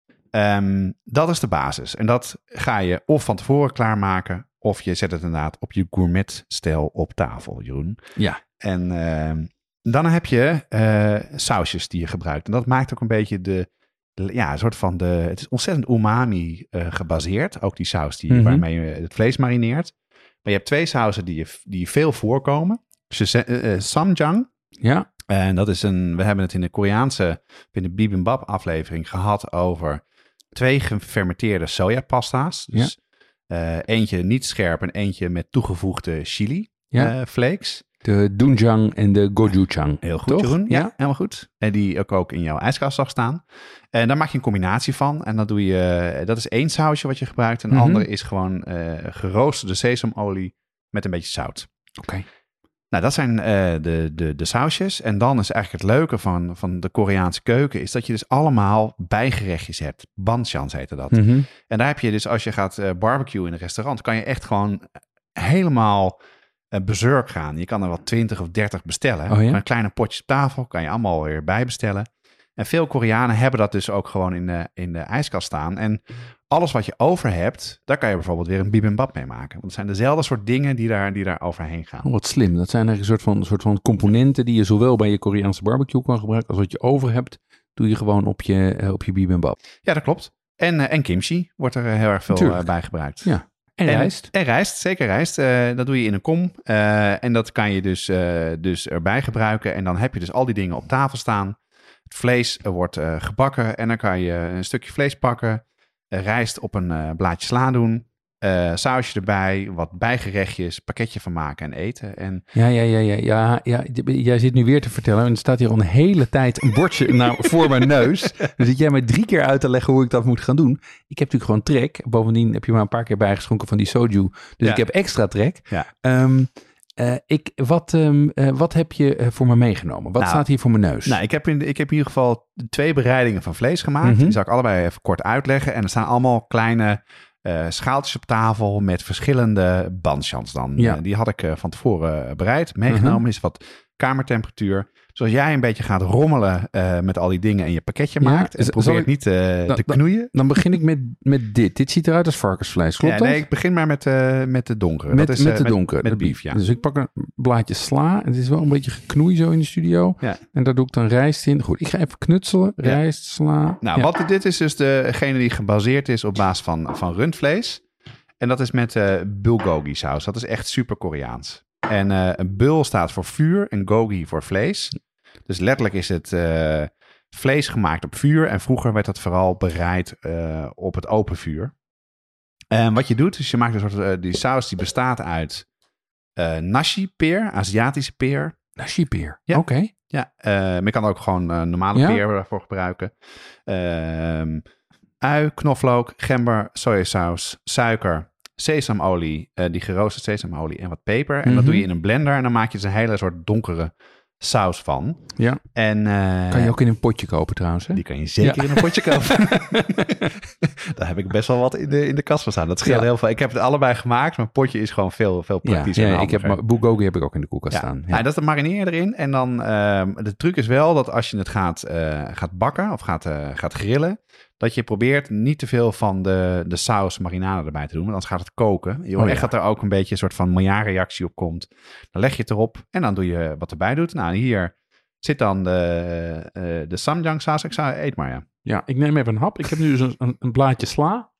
Um, dat is de basis. En dat ga je of van tevoren klaarmaken, of je zet het inderdaad op je gourmet-stijl op tafel, Jeroen. Ja. En uh, dan heb je uh, sausjes die je gebruikt. En dat maakt ook een beetje de, de ja, een soort van de, het is ontzettend umami uh, gebaseerd. Ook die saus die, mm-hmm. waarmee je het vlees marineert. Maar je hebt twee sauzen die, je, die veel voorkomen. Dus uh, uh, samjang. Ja. En dat is een, we hebben het in de Koreaanse, in de bibimbap aflevering gehad over twee gefermenteerde sojapasta's. Dus ja. uh, eentje niet scherp en eentje met toegevoegde chili ja. uh, flakes. De doenjang en de gochujang. Heel goed, toch? Jeroen. Ja, ja, helemaal goed. En die ook, ook in jouw ijskast zag staan. En daar maak je een combinatie van. En dan doe je, dat is één sausje wat je gebruikt. En de mm-hmm. andere is gewoon uh, geroosterde sesamolie met een beetje zout. Oké. Okay. Nou, dat zijn uh, de, de, de sausjes. En dan is eigenlijk het leuke van, van de Koreaanse keuken, is dat je dus allemaal bijgerechtjes hebt. Banchans heette dat. Mm-hmm. En daar heb je dus, als je gaat uh, barbecuen in een restaurant, kan je echt gewoon helemaal uh, berserk gaan. Je kan er wel twintig of dertig bestellen. Oh, ja? Een kleine potje op tafel kan je allemaal weer bijbestellen. En veel Koreanen hebben dat dus ook gewoon in de, in de ijskast staan. En alles wat je over hebt, daar kan je bijvoorbeeld weer een bibimbap mee maken. Want het zijn dezelfde soort dingen die daar, die daar overheen gaan. Oh, wat slim. Dat zijn eigenlijk een soort van, soort van componenten die je zowel bij je Koreaanse barbecue kan gebruiken, als wat je over hebt, doe je gewoon op je, uh, op je bibimbap. Ja, dat klopt. En, uh, en kimchi wordt er uh, heel erg veel uh, bij gebruikt. Ja. En rijst. En, en rijst, zeker rijst. Uh, dat doe je in een kom. Uh, en dat kan je dus, uh, dus erbij gebruiken. En dan heb je dus al die dingen op tafel staan. Het vlees wordt uh, gebakken en dan kan je een stukje vlees pakken. Uh, rijst op een uh, blaadje sla doen. Uh, sausje erbij, wat bijgerechtjes, pakketje van maken en eten. En... Ja, ja, ja, ja, ja, ja. Jij zit nu weer te vertellen. En er staat hier al een hele tijd een bordje nou, voor mijn neus. Dus zit jij mij drie keer uit te leggen hoe ik dat moet gaan doen. Ik heb natuurlijk gewoon trek. Bovendien heb je maar een paar keer bijgeschonken van die soju. Dus ja. ik heb extra trek. Ja. Um, Uh, ik, wat, um, uh, wat heb je uh, voor me meegenomen? Wat nou, staat hier voor mijn neus? Nou, ik heb, in, ik heb in ieder geval twee bereidingen van vlees gemaakt. Mm-hmm. Die zal ik allebei even kort uitleggen. En er staan allemaal kleine uh, schaaltjes op tafel met verschillende banchans dan. Ja. Uh, die had ik uh, van tevoren bereid, meegenomen. Mm-hmm. Is wat kamertemperatuur. Zoals jij een beetje gaat rommelen uh, met al die dingen en je pakketje ja, maakt. En dus probeer het niet uh, da, te knoeien. Da, dan begin ik met, met dit. Dit ziet eruit als varkensvlees, klopt ja, dat? Nee, ik begin maar met, uh, met de donkere. Met, dat is, met uh, de donkere. Met, met beef, ja. Dus ik pak een blaadje sla. Het is wel een beetje geknoei zo in de studio. Ja. En daar doe ik dan rijst in. Goed, ik ga even knutselen. Rijst, ja. sla. Nou, ja. wat dit is dus degene die gebaseerd is op basis van, van rundvlees. En dat is met uh, bulgogi saus. Dat is echt super Koreaans. En uh, een bul staat voor vuur en gogi voor vlees. Dus letterlijk is het uh, vlees gemaakt op vuur. En vroeger werd dat vooral bereid uh, op het open vuur. En wat je doet, is je maakt een soort uh, die saus die bestaat uit uh, nashi-peer, Aziatische peer. Nashi-peer, ja. oké. Okay. Ja, uh, maar je kan ook gewoon uh, normale ja. peer daarvoor gebruiken. Uh, ui, knoflook, gember, sojasaus, suiker, sesamolie, uh, die geroosterde sesamolie en wat peper. En mm-hmm. dat doe je in een blender en dan maak je dus een hele soort donkere saus van. Ja. En, uh, kan je ook in een potje kopen trouwens, hè? Die kan je zeker ja. in een potje kopen. Daar heb ik best wel wat in de, in de kast van staan. Dat scheelt ja. heel veel. Ik heb het allebei gemaakt, maar potje is gewoon veel, veel praktischer. Ja, ja ik heb bulgogi heb ik ook in de koelkast ja. staan. Ja. Ja, dat is de marineer erin. En dan, uh, de truc is wel dat als je het gaat, uh, gaat bakken of gaat, uh, gaat grillen, dat je probeert niet te veel van de, de saus marinade erbij te doen, want anders gaat het koken. Je hoort oh, echt ja. dat er ook een beetje een soort van Maillard-reactie op komt. Dan leg je het erop en dan doe je wat erbij doet. Nou, hier zit dan de, uh, de samjang saus. Ik zou eet maar, ja. Ja, ik neem even een hap. Ik heb nu dus een, een blaadje sla.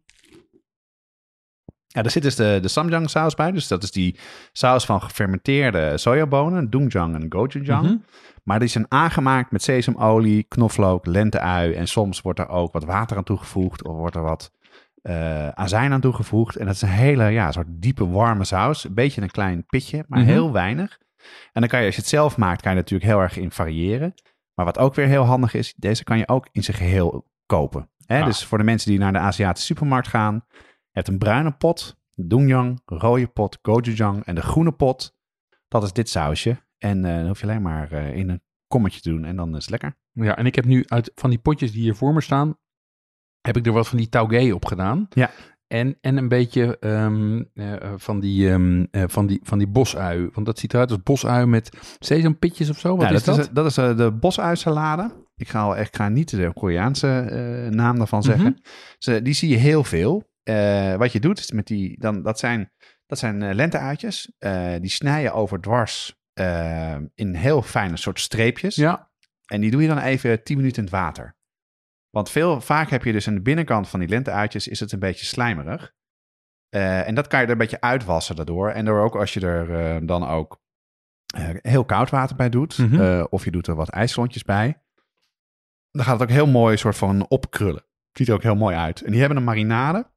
Ja, er zit dus de, de samjang saus bij. Dus dat is die saus van gefermenteerde sojabonen, doenjang en gochujang. Mm-hmm. Maar die zijn aangemaakt met sesamolie, knoflook, lente-ui. En soms wordt er ook wat water aan toegevoegd of wordt er wat uh, azijn aan toegevoegd. En dat is een hele ja, soort diepe, warme saus. Een beetje een klein pitje, maar mm-hmm. heel weinig. En dan kan je, als je het zelf maakt, kan je natuurlijk heel erg in variëren. Maar wat ook weer heel handig is, deze kan je ook in zijn geheel kopen. Hè? Ah. Dus voor de mensen die naar de Aziatische supermarkt gaan, je hebt een bruine pot doenjang, rode pot, gochujang en de groene pot. Dat is dit sausje. En uh, dan hoef je alleen maar uh, in een kommetje te doen en dan is het lekker. Ja, en ik heb nu uit van die potjes die hier voor me staan, heb ik er wat van die taugé op gedaan. Ja. En, en een beetje um, uh, van, die, um, uh, van, die, van die bosui. Want dat ziet eruit als bosui met sesampitjes of zo. Wat ja, is dat? dat? Is, dat is uh, de bosui-salade. Ik ga, al, ik ga niet de Koreaanse uh, naam daarvan zeggen. Mm-hmm. Dus, die zie je heel veel. Uh, wat je doet, is met die, dan, dat zijn, dat zijn uh, lenteuitjes. Uh, die snij je over dwars uh, in heel fijne soort streepjes. Ja. En die doe je dan even tien minuten in het water. Want veel, vaak heb je dus aan de binnenkant van die lenteuitjes is het een beetje slijmerig. Uh, en dat kan je er een beetje uitwassen daardoor. En door ook als je er uh, dan ook uh, heel koud water bij doet. Mm-hmm. Uh, of je doet er wat ijsklontjes bij. Dan gaat het ook heel mooi soort van opkrullen. Ziet er ook heel mooi uit. En die hebben een marinade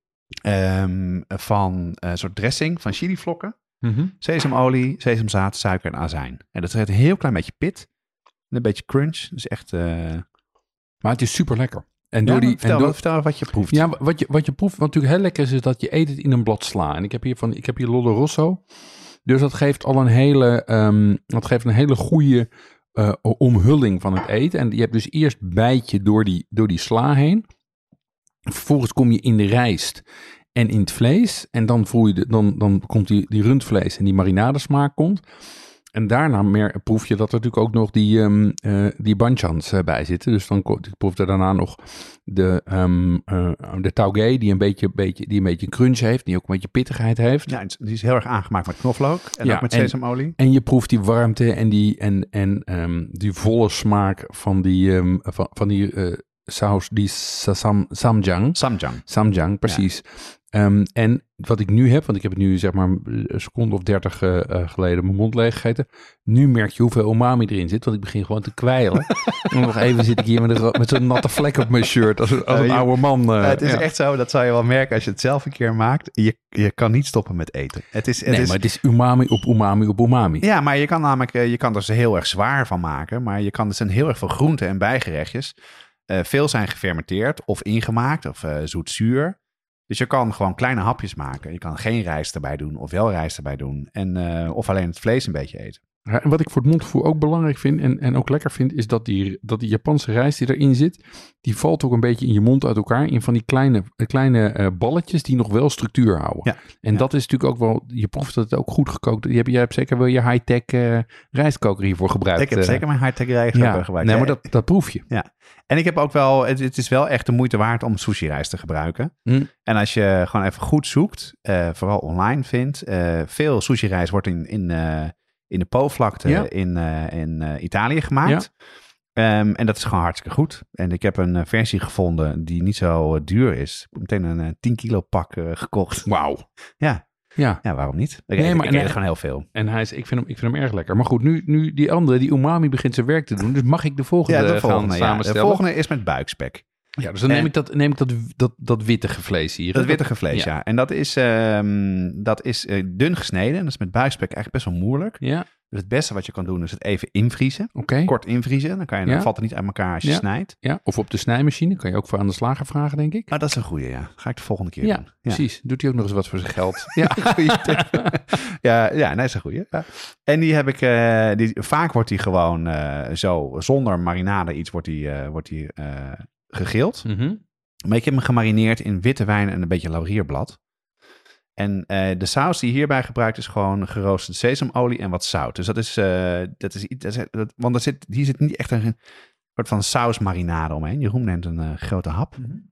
um, van een uh, soort dressing van chilivlokken. Mm-hmm. Sesamolie, sesamzaad, suiker en azijn. En dat heeft een heel klein beetje pit. En een beetje crunch. Dus echt... Uh... Maar het is super lekker. En door ja, die, vertel, en door, vertel wat je proeft. Ja, wat je, wat je proeft, wat natuurlijk heel lekker is, is dat je eet het in een blad sla. En ik heb hier van, ik heb hier Lollo Rosso. Dus dat geeft al een hele, um, dat geeft een hele goede uh, omhulling van het eten. En je hebt dus eerst bijtje door die, door die sla heen. Vervolgens kom je in de rijst en in het vlees. En dan voel je de, dan, dan komt die, die rundvlees en die marinadesmaak komt. En daarna meer, proef je dat er natuurlijk ook nog die, um, uh, die banchans uh, bij zitten. Dus dan proef je daarna nog de, um, uh, de taugé die een beetje, beetje, die een beetje crunch heeft. Die ook een beetje pittigheid heeft. Ja, die is heel erg aangemaakt met knoflook en ja, ook met en, sesamolie. En je proeft die warmte en die, en, en, um, die volle smaak van die, um, van, van die uh, saus, die sam, samjang. Samjang. Samjang, precies. Ja. Um, en wat ik nu heb, want ik heb het nu zeg maar een seconde of dertig uh, uh, geleden mijn mond leeg gegeten. Nu merk je hoeveel umami erin zit, want ik begin gewoon te kwijlen. En nog even zit ik hier met, een, met zo'n natte vlek op mijn shirt als, als een uh, oude man. Uh, het is ja. echt zo, dat zou je wel merken als je het zelf een keer maakt. Je, je kan niet stoppen met eten. Het is, het nee, is, maar het is umami op umami op umami. Ja, maar je kan namelijk, je kan er dus heel erg zwaar van maken. Maar je kan, er zijn heel erg veel groenten en bijgerechtjes. Uh, veel zijn gefermenteerd of ingemaakt of uh, zoet-zuur. Dus je kan gewoon kleine hapjes maken. Je kan geen rijst erbij doen of wel rijst erbij doen. En, uh, of alleen het vlees een beetje eten. Ja, en wat ik voor het mondgevoel ook belangrijk vind en, en ook lekker vind, is dat die, dat die Japanse rijst die erin zit, die valt ook een beetje in je mond uit elkaar. In van die kleine, kleine uh, balletjes die nog wel structuur houden. Ja. En ja. dat is natuurlijk ook wel, je proeft dat het ook goed gekookt is. Je hebt, je hebt zeker wel je high-tech uh, rijstkoker hiervoor gebruikt. Ik heb uh, zeker mijn high-tech rijstkoker ja. gebruikt. Nee, maar dat, dat proef je. Ja. En ik heb ook wel, het, het is wel echt de moeite waard om sushi rijst te gebruiken. Mm. En als je gewoon even goed zoekt, uh, vooral online vindt, uh, veel sushi rijst wordt in, in, uh, in de Po-vlakte ja. in, uh, in uh, Italië gemaakt. Ja. Um, en dat is gewoon hartstikke goed. En ik heb een uh, versie gevonden die niet zo uh, duur is. Meteen een uh, tien kilo pak uh, gekocht. Wauw. Ja. Ja. ja, waarom niet? Ik, nee, ik, maar, ik eet het gewoon heel veel. En hij is, ik, vind hem, ik vind hem erg lekker. Maar goed, nu, nu die andere, die umami begint zijn werk te doen. Dus mag ik de volgende, ja, de volgende gaan ja. samenstellen? De volgende is met buikspek. Ja, dus dan neem en, ik, dat, neem ik dat, dat, dat wittige vlees hier. Dat wittige vlees, ja. ja. En dat is, um, dat is uh, dun gesneden. Dat is met buikspek eigenlijk best wel moeilijk. Ja. Dus het beste wat je kan doen is het even invriezen. Okay. Kort invriezen. Dan, kan je, dan ja. valt het niet uit elkaar als je ja. snijdt. Ja, of op de snijmachine. Kan je ook voor aan de slager vragen, denk ik. Ah, dat is een goeie, ja. Ga ik de volgende keer ja, doen. Ja, precies. Doet hij ook nog eens wat voor zijn geld. ja, goeie ja, ja, nee, dat is een goeie. Ja. En die heb ik, uh, die, vaak wordt die gewoon uh, zo, zonder marinade iets, wordt die, uh, wordt die uh, gegild. Mm-hmm. Maar ik heb hem gemarineerd in witte wijn en een beetje laurierblad. En uh, de saus die hierbij gebruikt is gewoon geroosterde sesamolie en wat zout. Dus dat is, uh, dat is iets, dat, want er zit, hier zit niet echt een soort van sausmarinade omheen. Jeroen neemt een uh, grote hap. Mm-hmm.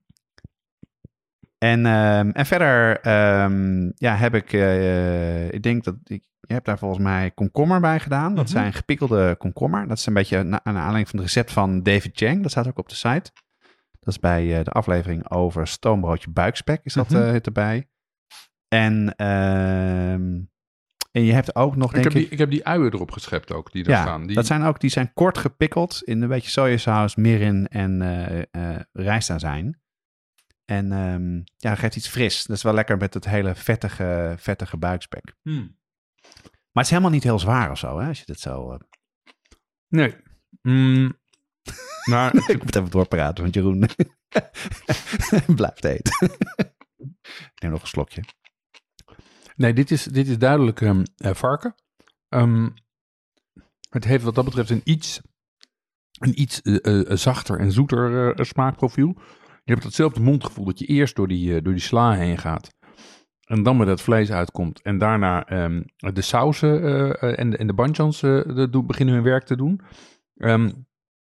En, um, en verder um, ja, heb ik, uh, ik denk dat ik, je hebt daar volgens mij komkommer bij gedaan. Dat mm-hmm. zijn gepikkelde komkommer. Dat is een beetje naar aanleiding van het recept van David Chang. Dat staat ook op de site. Dat is bij uh, de aflevering over stoombroodje buikspek is dat mm-hmm. uh, erbij. En, uh, en je hebt ook nog, ik denk heb ik... Die, ik heb die uien erop geschept ook, die er ja, staan. Die... dat zijn ook, die zijn kort gepikkeld in een beetje sojasaus, mirin en uh, uh, rijstazijn. En um, ja, dat geeft iets fris. Dat is wel lekker met het hele vettige, vettige buikspek. Hmm. Maar het is helemaal niet heel zwaar of zo, hè, als je dit zo... Uh... Nee. Mm. Maar... ik moet even doorpraten, want Jeroen blijft eten. Ik neem nog een slokje. Nee, dit is, dit is duidelijk um, uh, varken. Um, het heeft wat dat betreft een iets, een iets uh, uh, zachter en zoeter uh, smaakprofiel. Je hebt hetzelfde mondgevoel dat je eerst door die, uh, door die sla heen gaat. En dan met het vlees uitkomt. En daarna um, de sauzen uh, en, de, en de bancjans uh, de, de, beginnen hun werk te doen. Um,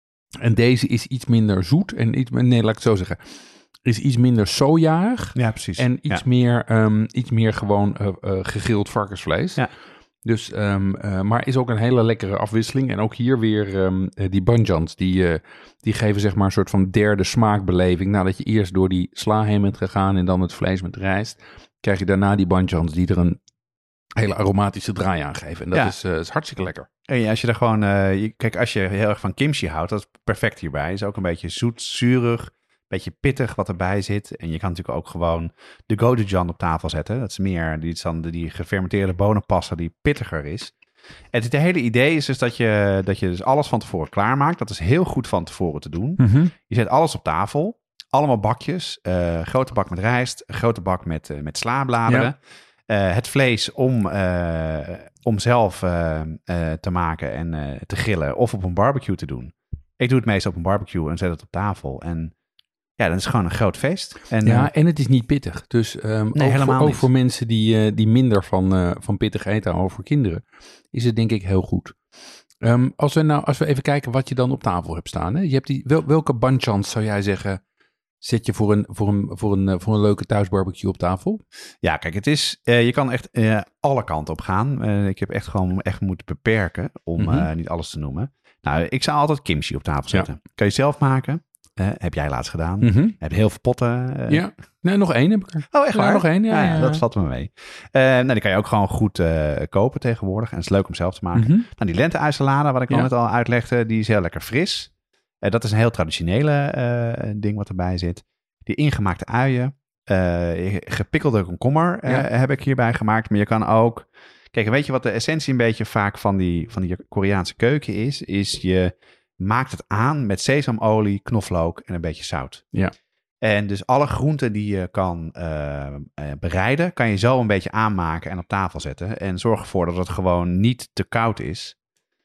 en deze is iets minder zoet. En iets, nee, laat ik het zo zeggen. Is iets minder sojaig. Ja, precies. En iets, ja. meer, um, iets meer gewoon uh, uh, gegrild varkensvlees. Ja. Dus, um, uh, maar is ook een hele lekkere afwisseling. En ook hier weer um, uh, die bancjans. Die, uh, die geven zeg maar een soort van derde smaakbeleving. Nadat je eerst door die sla heen bent gegaan en dan het vlees met rijst, krijg je daarna die bancjans die er een hele aromatische draai aan geven. En dat ja. is, uh, is hartstikke lekker. En als je er gewoon, uh, je, kijk, als je heel erg van kimchi houdt, dat is perfect hierbij. Is ook een beetje zoet, zuurig, beetje pittig wat erbij zit. En je kan natuurlijk ook gewoon de gochujang op tafel zetten. Dat is meer die, dan die gefermenteerde bonenpasta die pittiger is. En het hele idee is dus dat je, dat je dus alles van tevoren klaarmaakt. Dat is heel goed van tevoren te doen. Mm-hmm. Je zet alles op tafel. Allemaal bakjes. Uh, grote bak met rijst. Grote bak met, uh, met slabladeren. Ja. Uh, het vlees om, uh, om zelf uh, uh, te maken en uh, te grillen. Of op een barbecue te doen. Ik doe het meestal op een barbecue en zet het op tafel. En ja, dat is gewoon een groot feest. En, ja, uh, en het is niet pittig. Dus um, nee, ook, voor, ook niet. voor mensen die, uh, die minder van, uh, van pittig eten houden voor kinderen, is het denk ik heel goed. Um, als, we nou, als we even kijken wat je dan op tafel hebt staan. Hè? Je hebt die, wel, welke bancjans zou jij zeggen, zet je voor een, voor een, voor een, voor een leuke thuisbarbecue op tafel? Ja, kijk, het is, uh, je kan echt uh, alle kanten op gaan. Uh, ik heb echt gewoon echt moeten beperken om mm-hmm. uh, niet alles te noemen. Nou, ik zou altijd kimchi op tafel zetten. Ja. Kan je zelf maken. Uh, heb jij laatst gedaan. Mm-hmm. Heb heel veel potten. Uh... Ja, nee, nog één heb ik er. Oh, echt waar? Ja, nog één, ja, ja, ja, ja. Dat valt me mee. Uh, nou, die kan je ook gewoon goed uh, kopen tegenwoordig. En het is leuk om zelf te maken. Mm-hmm. Nou, die lente-ijssalade, wat ik ja. al net al uitlegde, die is heel lekker fris. Uh, dat is een heel traditionele uh, ding wat erbij zit. Die ingemaakte uien. Uh, gepikkelde komkommer uh, ja. heb ik hierbij gemaakt. Maar je kan ook... Kijk, weet je wat de essentie een beetje vaak van die, van die Koreaanse keuken is? Is je maakt het aan met sesamolie, knoflook en een beetje zout. Ja. En dus alle groenten die je kan uh, uh, bereiden, kan je zo een beetje aanmaken en op tafel zetten. En zorg ervoor dat het gewoon niet te koud is.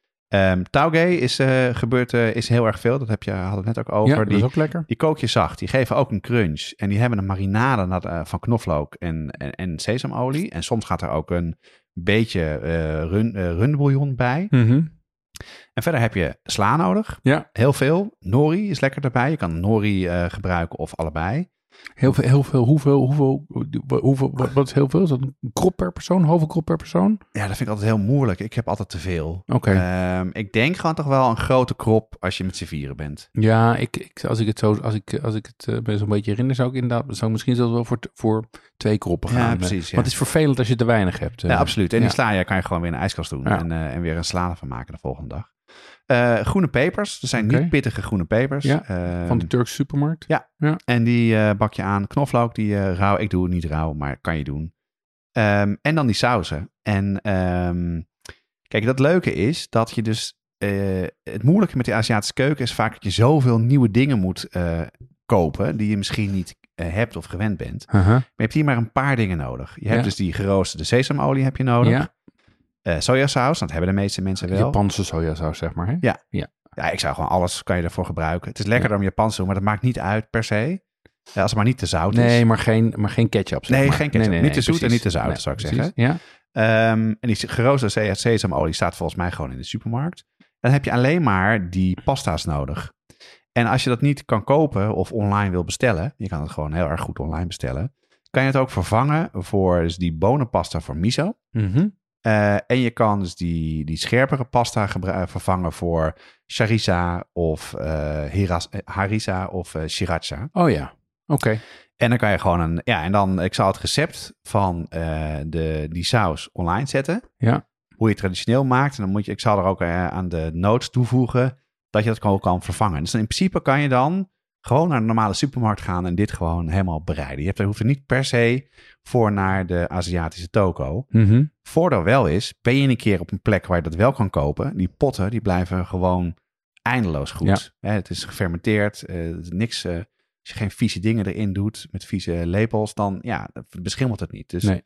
Um, Tauge is, uh, gebeurt, uh, is heel erg veel. Dat heb je, had het net ook over. Ja, dat die, is ook lekker. Die kook je zacht. Die geven ook een crunch. En die hebben een marinade na, uh, van knoflook en, en, en sesamolie. En soms gaat er ook een beetje uh, run, uh, runbouillon bij. Mm-hmm. En verder heb je sla nodig. Ja. Heel veel. Nori is lekker erbij. Je kan nori uh, gebruiken of allebei. Heel veel, heel veel. Hoeveel, hoeveel, hoeveel wat, wat is heel veel? Is dat een krop per persoon? Halve krop per persoon? Ja, dat vind ik altijd heel moeilijk. Ik heb altijd te veel. Oké. Okay. Um, ik denk gewoon toch wel een grote krop als je met z'n vieren bent. Ja, ik, ik, als ik het zo, als ik, als ik het uh, zo'n beetje herinner, zou ik inderdaad, zou ik misschien zelfs wel voor, voor twee kroppen gaan. Ja, precies. Ja. Want het is vervelend als je te weinig hebt. Uh, ja, absoluut. En ja. die sla ja, kan je gewoon weer in de ijskast doen. Ja. En, uh, en weer een sla van maken de volgende dag. Uh, groene pepers. Er zijn okay. niet pittige groene pepers. Ja, uh, van de Turkse supermarkt. Ja, ja. En die uh, bak je aan. Knoflook, die uh, rauw. Ik doe het niet rauw, maar kan je doen. Um, en dan die sauzen. En um, kijk, dat leuke is dat je dus... Uh, het moeilijke met de Aziatische keuken is vaak dat je zoveel nieuwe dingen moet uh, kopen die je misschien niet uh, hebt of gewend bent. Uh-huh. Maar je hebt hier maar een paar dingen nodig. Je hebt ja. dus die geroosterde sesamolie heb je nodig. Ja. Uh, sojasaus, dat hebben de meeste mensen wel. Japanse sojasaus, zeg maar. Hè? Ja. ja. Ja, ik zou gewoon alles kan je ervoor gebruiken. Het is lekkerder ja. om Japans te doen, maar dat maakt niet uit per se. Ja, als het maar niet te zout is. Nee, maar geen, maar geen ketchup. Zeg nee, maar. geen ketchup. Nee, nee, nee, niet te zoet precies. en niet te zout, nee, zou ik precies. zeggen. Ja. Um, en die geroosterde sesamolie staat volgens mij gewoon in de supermarkt. Dan heb je alleen maar die pasta's nodig. En als je dat niet kan kopen of online wil bestellen, je kan het gewoon heel erg goed online bestellen, kan je het ook vervangen voor dus die bonenpasta voor miso. Mm-hmm. Uh, en je kan dus die, die scherpere pasta gebru- vervangen voor charissa of uh, hiras, harissa of uh, sriracha. Oh ja, oké. Okay. En dan kan je gewoon een... Ja, en dan... Ik zal het recept van uh, de, die saus online zetten. Ja. Hoe je het traditioneel maakt. En dan moet je... Ik zal er ook uh, aan de notes toevoegen dat je dat gewoon kan vervangen. Dus in principe kan je dan gewoon naar de normale supermarkt gaan en dit gewoon helemaal bereiden. Je hebt, je hoeft er niet per se voor naar de Aziatische toko. Mm-hmm. Voordeel wel is, ben je een keer op een plek waar je dat wel kan kopen. Die potten, die blijven gewoon eindeloos goed. Ja. Hè, het is gefermenteerd, uh, niks... Uh, als je geen vieze dingen erin doet met vieze lepels, dan ja, beschimmelt het niet. Dus nee.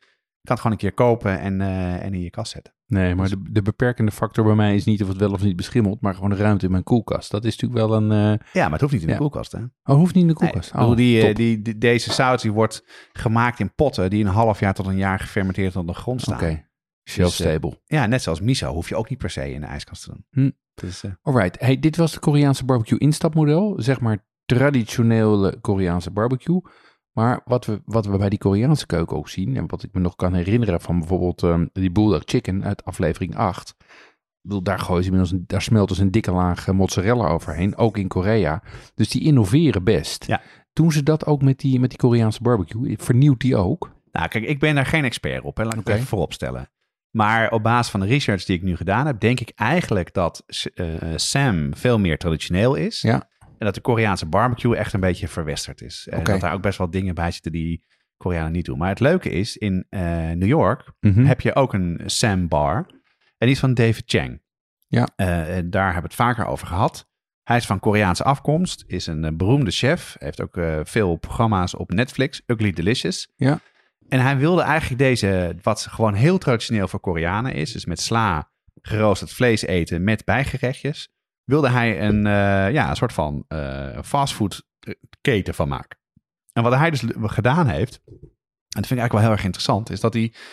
kan het gewoon een keer kopen en, uh, en in je kast zetten. Nee, maar de, de beperkende factor bij mij is niet of het wel of niet beschimmelt, maar gewoon de ruimte in mijn koelkast. Dat is natuurlijk wel een... Uh... Ja, maar het hoeft niet in ja. de koelkast, hè? Oh, hoeft niet in de koelkast? Nee, oh, die, top. die, die, deze saus die wordt gemaakt in potten die een half jaar tot een jaar gefermenteerd op de grond staan. Oké, okay. Shelf stable. Dus, uh, ja, net zoals miso hoef je ook niet per se in de ijskast te doen. Hm. Dus, uh... Alright, hey, dit was de Koreaanse barbecue instapmodel. Zeg maar traditionele Koreaanse barbecue. Maar wat we, wat we bij die Koreaanse keuken ook zien, en wat ik me nog kan herinneren van bijvoorbeeld um, die Bulldog Chicken uit aflevering acht. Ik bedoel, daar gooien ze inmiddels, een, daar smelt dus een dikke laag mozzarella overheen, ook in Korea. Dus die innoveren best. Ja. Doen ze dat ook met die, met die Koreaanse barbecue? Vernieuwt die ook? Nou, kijk, ik ben daar geen expert op, hè. Laat ik okay. het even voorop stellen. Maar op basis van de research die ik nu gedaan heb, denk ik eigenlijk dat uh, Sam veel meer traditioneel is. Ja. En dat de Koreaanse barbecue echt een beetje verwesterd is. En okay. dat daar ook best wel dingen bij zitten die Koreanen niet doen. Maar het leuke is, in uh, New York mm-hmm. heb je ook een Sam bar. En die is van David Chang. Ja. Uh, daar hebben we het vaker over gehad. Hij is van Koreaanse afkomst, is een uh, beroemde chef. Heeft ook uh, veel programma's op Netflix, Ugly Delicious. Ja. En hij wilde eigenlijk deze, wat gewoon heel traditioneel voor Koreanen is, dus met sla, geroosterd vlees eten met bijgerechtjes, wilde hij een, uh, ja, een soort van uh, fastfoodketen van maken. En wat hij dus gedaan heeft, en dat vind ik eigenlijk wel heel erg interessant, is dat hij,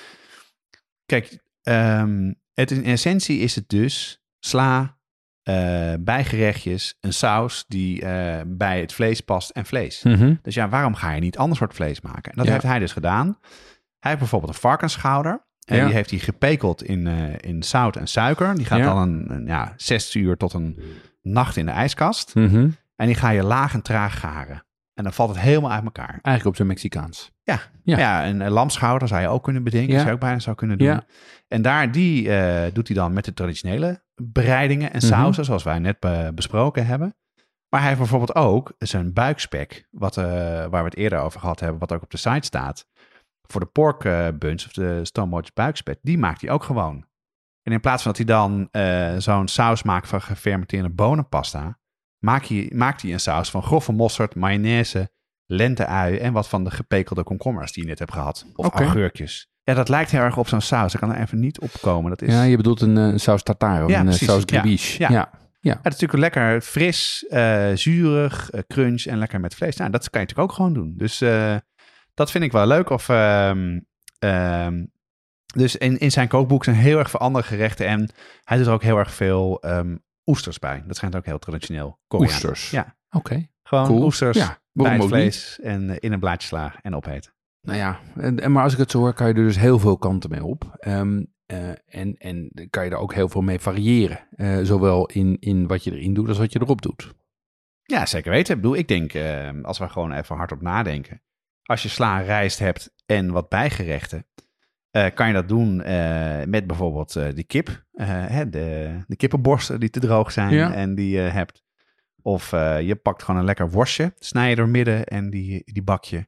kijk, um, het in essentie is het dus sla, uh, bijgerechtjes, een saus die uh, bij het vlees past en vlees. Mm-hmm. Dus ja, waarom ga je niet ander soort vlees maken? En dat ja. heeft hij dus gedaan. Hij heeft bijvoorbeeld een varkensschouder. En ja. die heeft hij gepekeld in, uh, in zout en suiker. Die gaat ja. dan een, een ja, zes uur tot een nacht in de ijskast. Mm-hmm. En die ga je laag en traag garen. En dan valt het helemaal uit elkaar. Eigenlijk op zijn Mexicaans. Ja, ja. ja een, een lamschouder zou je ook kunnen bedenken. Ja. Zou je ook bijna zou kunnen doen. Ja. En daar die uh, doet hij dan met de traditionele bereidingen en sauzen, mm-hmm. zoals wij net be- besproken hebben. Maar hij heeft bijvoorbeeld ook zijn buikspek, wat, uh, waar we het eerder over gehad hebben, wat ook op de site staat. Voor de pork uh, buns of de stonemoortjes buikspek, die maakt hij ook gewoon. En in plaats van dat hij dan uh, zo'n saus maakt van gefermenteerde bonenpasta, maakt hij, maakt hij een saus van grove mosterd, mayonaise, lente-ui en wat van de gepekelde komkommers die je net hebt gehad. Of okay. augurkjes. Ja, dat lijkt heel erg op zo'n saus. Ik kan er even niet opkomen. Dat is... Ja, je bedoelt een, een saus tartare of ja, een precies. saus gribiche. Ja, ja. ja. Ja. Het is natuurlijk lekker fris, uh, zuurig, uh, crunch en lekker met vlees. Nou, dat kan je natuurlijk ook gewoon doen. Dus uh, dat vind ik wel leuk. Of, um, um, dus in, in zijn kookboek zijn heel erg veel andere gerechten. En hij doet er ook heel erg veel um, oesters bij. Dat schijnt ook heel traditioneel Koreaans. Oesters? Ja. Oké. Okay. Gewoon cool. oesters ja, bij het vlees en uh, in een blaadje sla en opeten. Nou ja, en, en maar als ik het zo hoor, kan je er dus heel veel kanten mee op. Um, Uh, en, en kan je er ook heel veel mee variëren. Uh, zowel in, in wat je erin doet als wat je erop doet. Ja, zeker weten. Ik bedoel, ik denk, uh, als we gewoon even hardop nadenken. Als je sla, rijst hebt en wat bijgerechten, uh, kan je dat doen uh, met bijvoorbeeld uh, de kip. Uh, hè, de, de kippenborsten die te droog zijn ja. en die je uh, hebt. Of uh, je pakt gewoon een lekker worstje, snij je door midden en die, die bak je.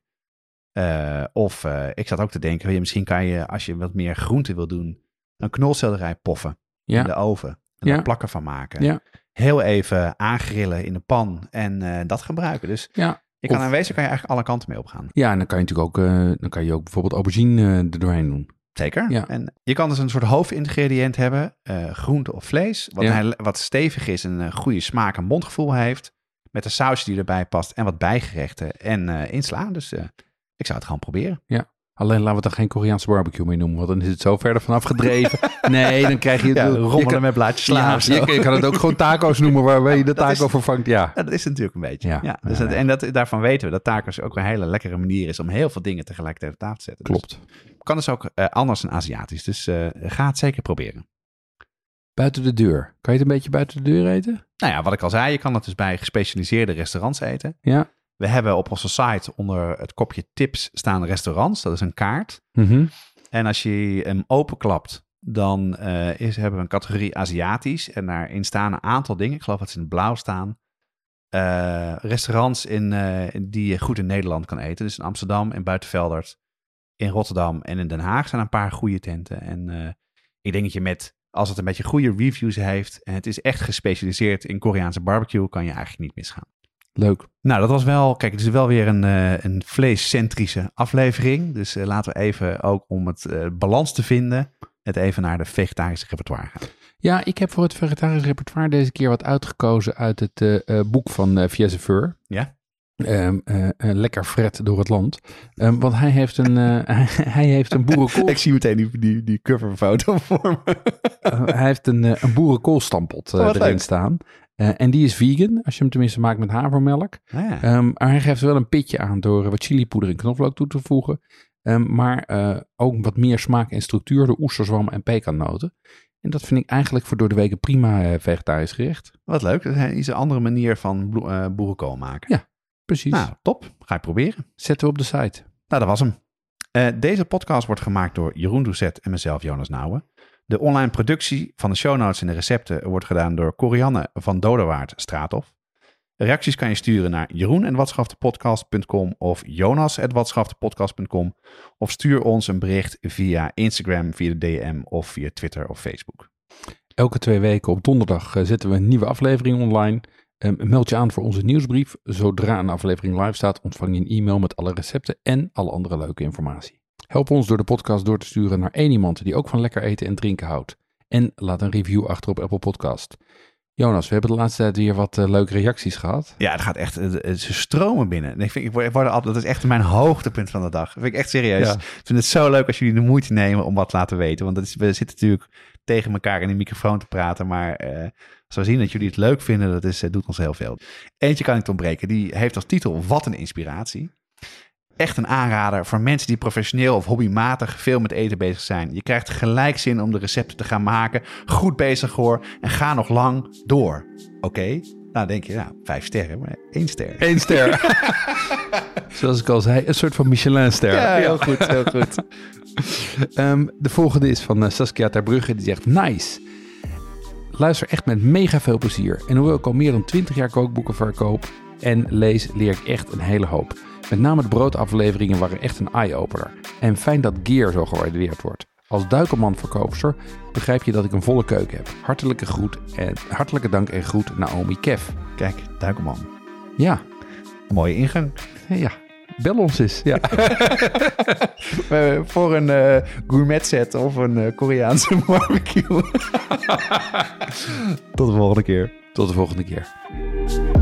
Uh, of uh, ik zat ook te denken, misschien kan je, als je wat meer groente wil doen, een knolselderij poffen ja. in de oven. En ja. daar plakken van maken. Ja. Heel even aangrillen in de pan en uh, dat gebruiken. Dus ja. je kan aanwezig kan je eigenlijk alle kanten mee opgaan. Ja, en dan kan je natuurlijk ook, uh, dan kan je ook bijvoorbeeld aubergine uh, er doorheen doen. Zeker. Ja. En je kan dus een soort hoofdingrediënt hebben, uh, groente of vlees, wat, ja. hij, wat stevig is en een goede smaak en mondgevoel heeft, met een sausje die erbij past en wat bijgerechten en uh, inslaan. Dus uh, ik zou het gewoon proberen. Ja. Alleen laten we het dan geen Koreaanse barbecue mee noemen, want dan is het zo verder vanaf gedreven. Nee, dan krijg je het... Ja, rommelen kan, met blaadjes sla ja, of zo. Je, je kan het ook gewoon taco's noemen, waarbij je de taco is, vervangt. Ja. ja, dat is natuurlijk een beetje. Ja, ja, dus ja, het, ja. En dat, daarvan weten we dat tacos ook een hele lekkere manier is om heel veel dingen tegelijkertijd op tafel te zetten. Klopt. Dus, kan dus ook uh, anders dan Aziatisch, dus uh, ga het zeker proberen. Buiten de deur. Kan je het een beetje buiten de deur eten? Nou ja, wat ik al zei, je kan het dus bij gespecialiseerde restaurants eten. Ja. We hebben op onze site onder het kopje tips staan restaurants. Dat is een kaart. Mm-hmm. En als je hem openklapt, dan uh, is, hebben we een categorie Aziatisch. En daarin staan een aantal dingen. Ik geloof dat ze in het blauw staan. Uh, restaurants in, uh, die je goed in Nederland kan eten. Dus in Amsterdam, in Buitenveldert, in Rotterdam en in Den Haag zijn een paar goede tenten. En uh, ik denk dat je met, als het een beetje goede reviews heeft en het is echt gespecialiseerd in Koreaanse barbecue, kan je eigenlijk niet misgaan. Leuk. Nou, dat was wel... Kijk, het is wel weer een, uh, een vleescentrische aflevering. Dus uh, laten we even ook om het uh, balans te vinden... het even naar de vegetarische repertoire gaan. Ja, ik heb voor het vegetarisch repertoire deze keer wat uitgekozen uit het uh, uh, boek van uh, Viezeveur. Ja? Um, uh, uh, lekker Fred door het land. Um, want hij heeft een, uh, hij, hij heeft een boerenkool... Ik zie meteen die, die, die coverfoto voor me. uh, hij heeft een, uh, een boerenkoolstampot uh, oh, erin leuk. staan. Uh, en die is vegan, als je hem tenminste maakt met havermelk. Ah, ja. um, maar hij geeft wel een pitje aan door wat chilipoeder en knoflook toe te voegen. Um, maar uh, ook wat meer smaak en structuur door oesterzwam en pekannoten. En dat vind ik eigenlijk voor door de week een prima uh, vegetarisch gerecht. Wat leuk. Dat is een andere manier van blo- uh, boerenkool maken. Ja, precies. Nou, top. Ga ik proberen. Zetten we op de site. Nou, dat was hem. Uh, deze podcast wordt gemaakt door Jeroen Doucet en mezelf, Jonas Nouwen. De online productie van de show notes en de recepten wordt gedaan door Corianne van Dodewaard Straathof. Reacties kan je sturen naar jeroen at watschaftepodcast punt com of jonas at watschaftepodcast punt com of stuur ons een bericht via Instagram, via de D M of via Twitter of Facebook. Elke twee weken op donderdag uh, zetten we een nieuwe aflevering online. Um, meld je aan voor onze nieuwsbrief. Zodra een aflevering live staat, ontvang je een e-mail met alle recepten en alle andere leuke informatie. Help ons door de podcast door te sturen naar één iemand die ook van lekker eten en drinken houdt. En laat een review achter op Apple Podcast. Jonas, we hebben de laatste tijd weer wat uh, leuke reacties gehad. Ja, het gaat echt, uh, ze stromen binnen. Ik vind, ik word, ik word altijd, dat is echt mijn hoogtepunt van de dag. Dat vind ik echt serieus. Ja. Ik vind het zo leuk als jullie de moeite nemen om wat te laten weten. Want dat is, we zitten natuurlijk tegen elkaar in de microfoon te praten. Maar uh, als we zien dat jullie het leuk vinden, dat is, uh, doet ons heel veel. Eentje kan ik ontbreken. Die heeft als titel Wat een inspiratie. Echt een aanrader voor mensen die professioneel of hobbymatig veel met eten bezig zijn. Je krijgt gelijk zin om de recepten te gaan maken. Goed bezig hoor. En ga nog lang door. Oké? Okay? Nou denk je, nou, vijf sterren, maar één ster. Eén ster. Zoals ik al zei, een soort van Michelin-ster. Ja, heel goed, heel goed. um, de volgende is van uh, Saskia Terbrugge. Die zegt, nice. Luister echt met mega veel plezier. En hoewel ik al meer dan twintig jaar kookboeken verkoop en lees, leer ik echt een hele hoop. Met name de broodafleveringen waren echt een eye-opener. En fijn dat Gear zo gewaardeerd wordt. Als Duikelman-verkoopster begrijp je dat ik een volle keuken heb. Hartelijke groet en hartelijke dank en groet Naomi Kev. Kijk, Duikelman. Ja. Mooie ingang. Ja, bel ons eens. Ja. Voor een uh, gourmet set of een uh, Koreaanse barbecue. Tot de volgende keer. Tot de volgende keer.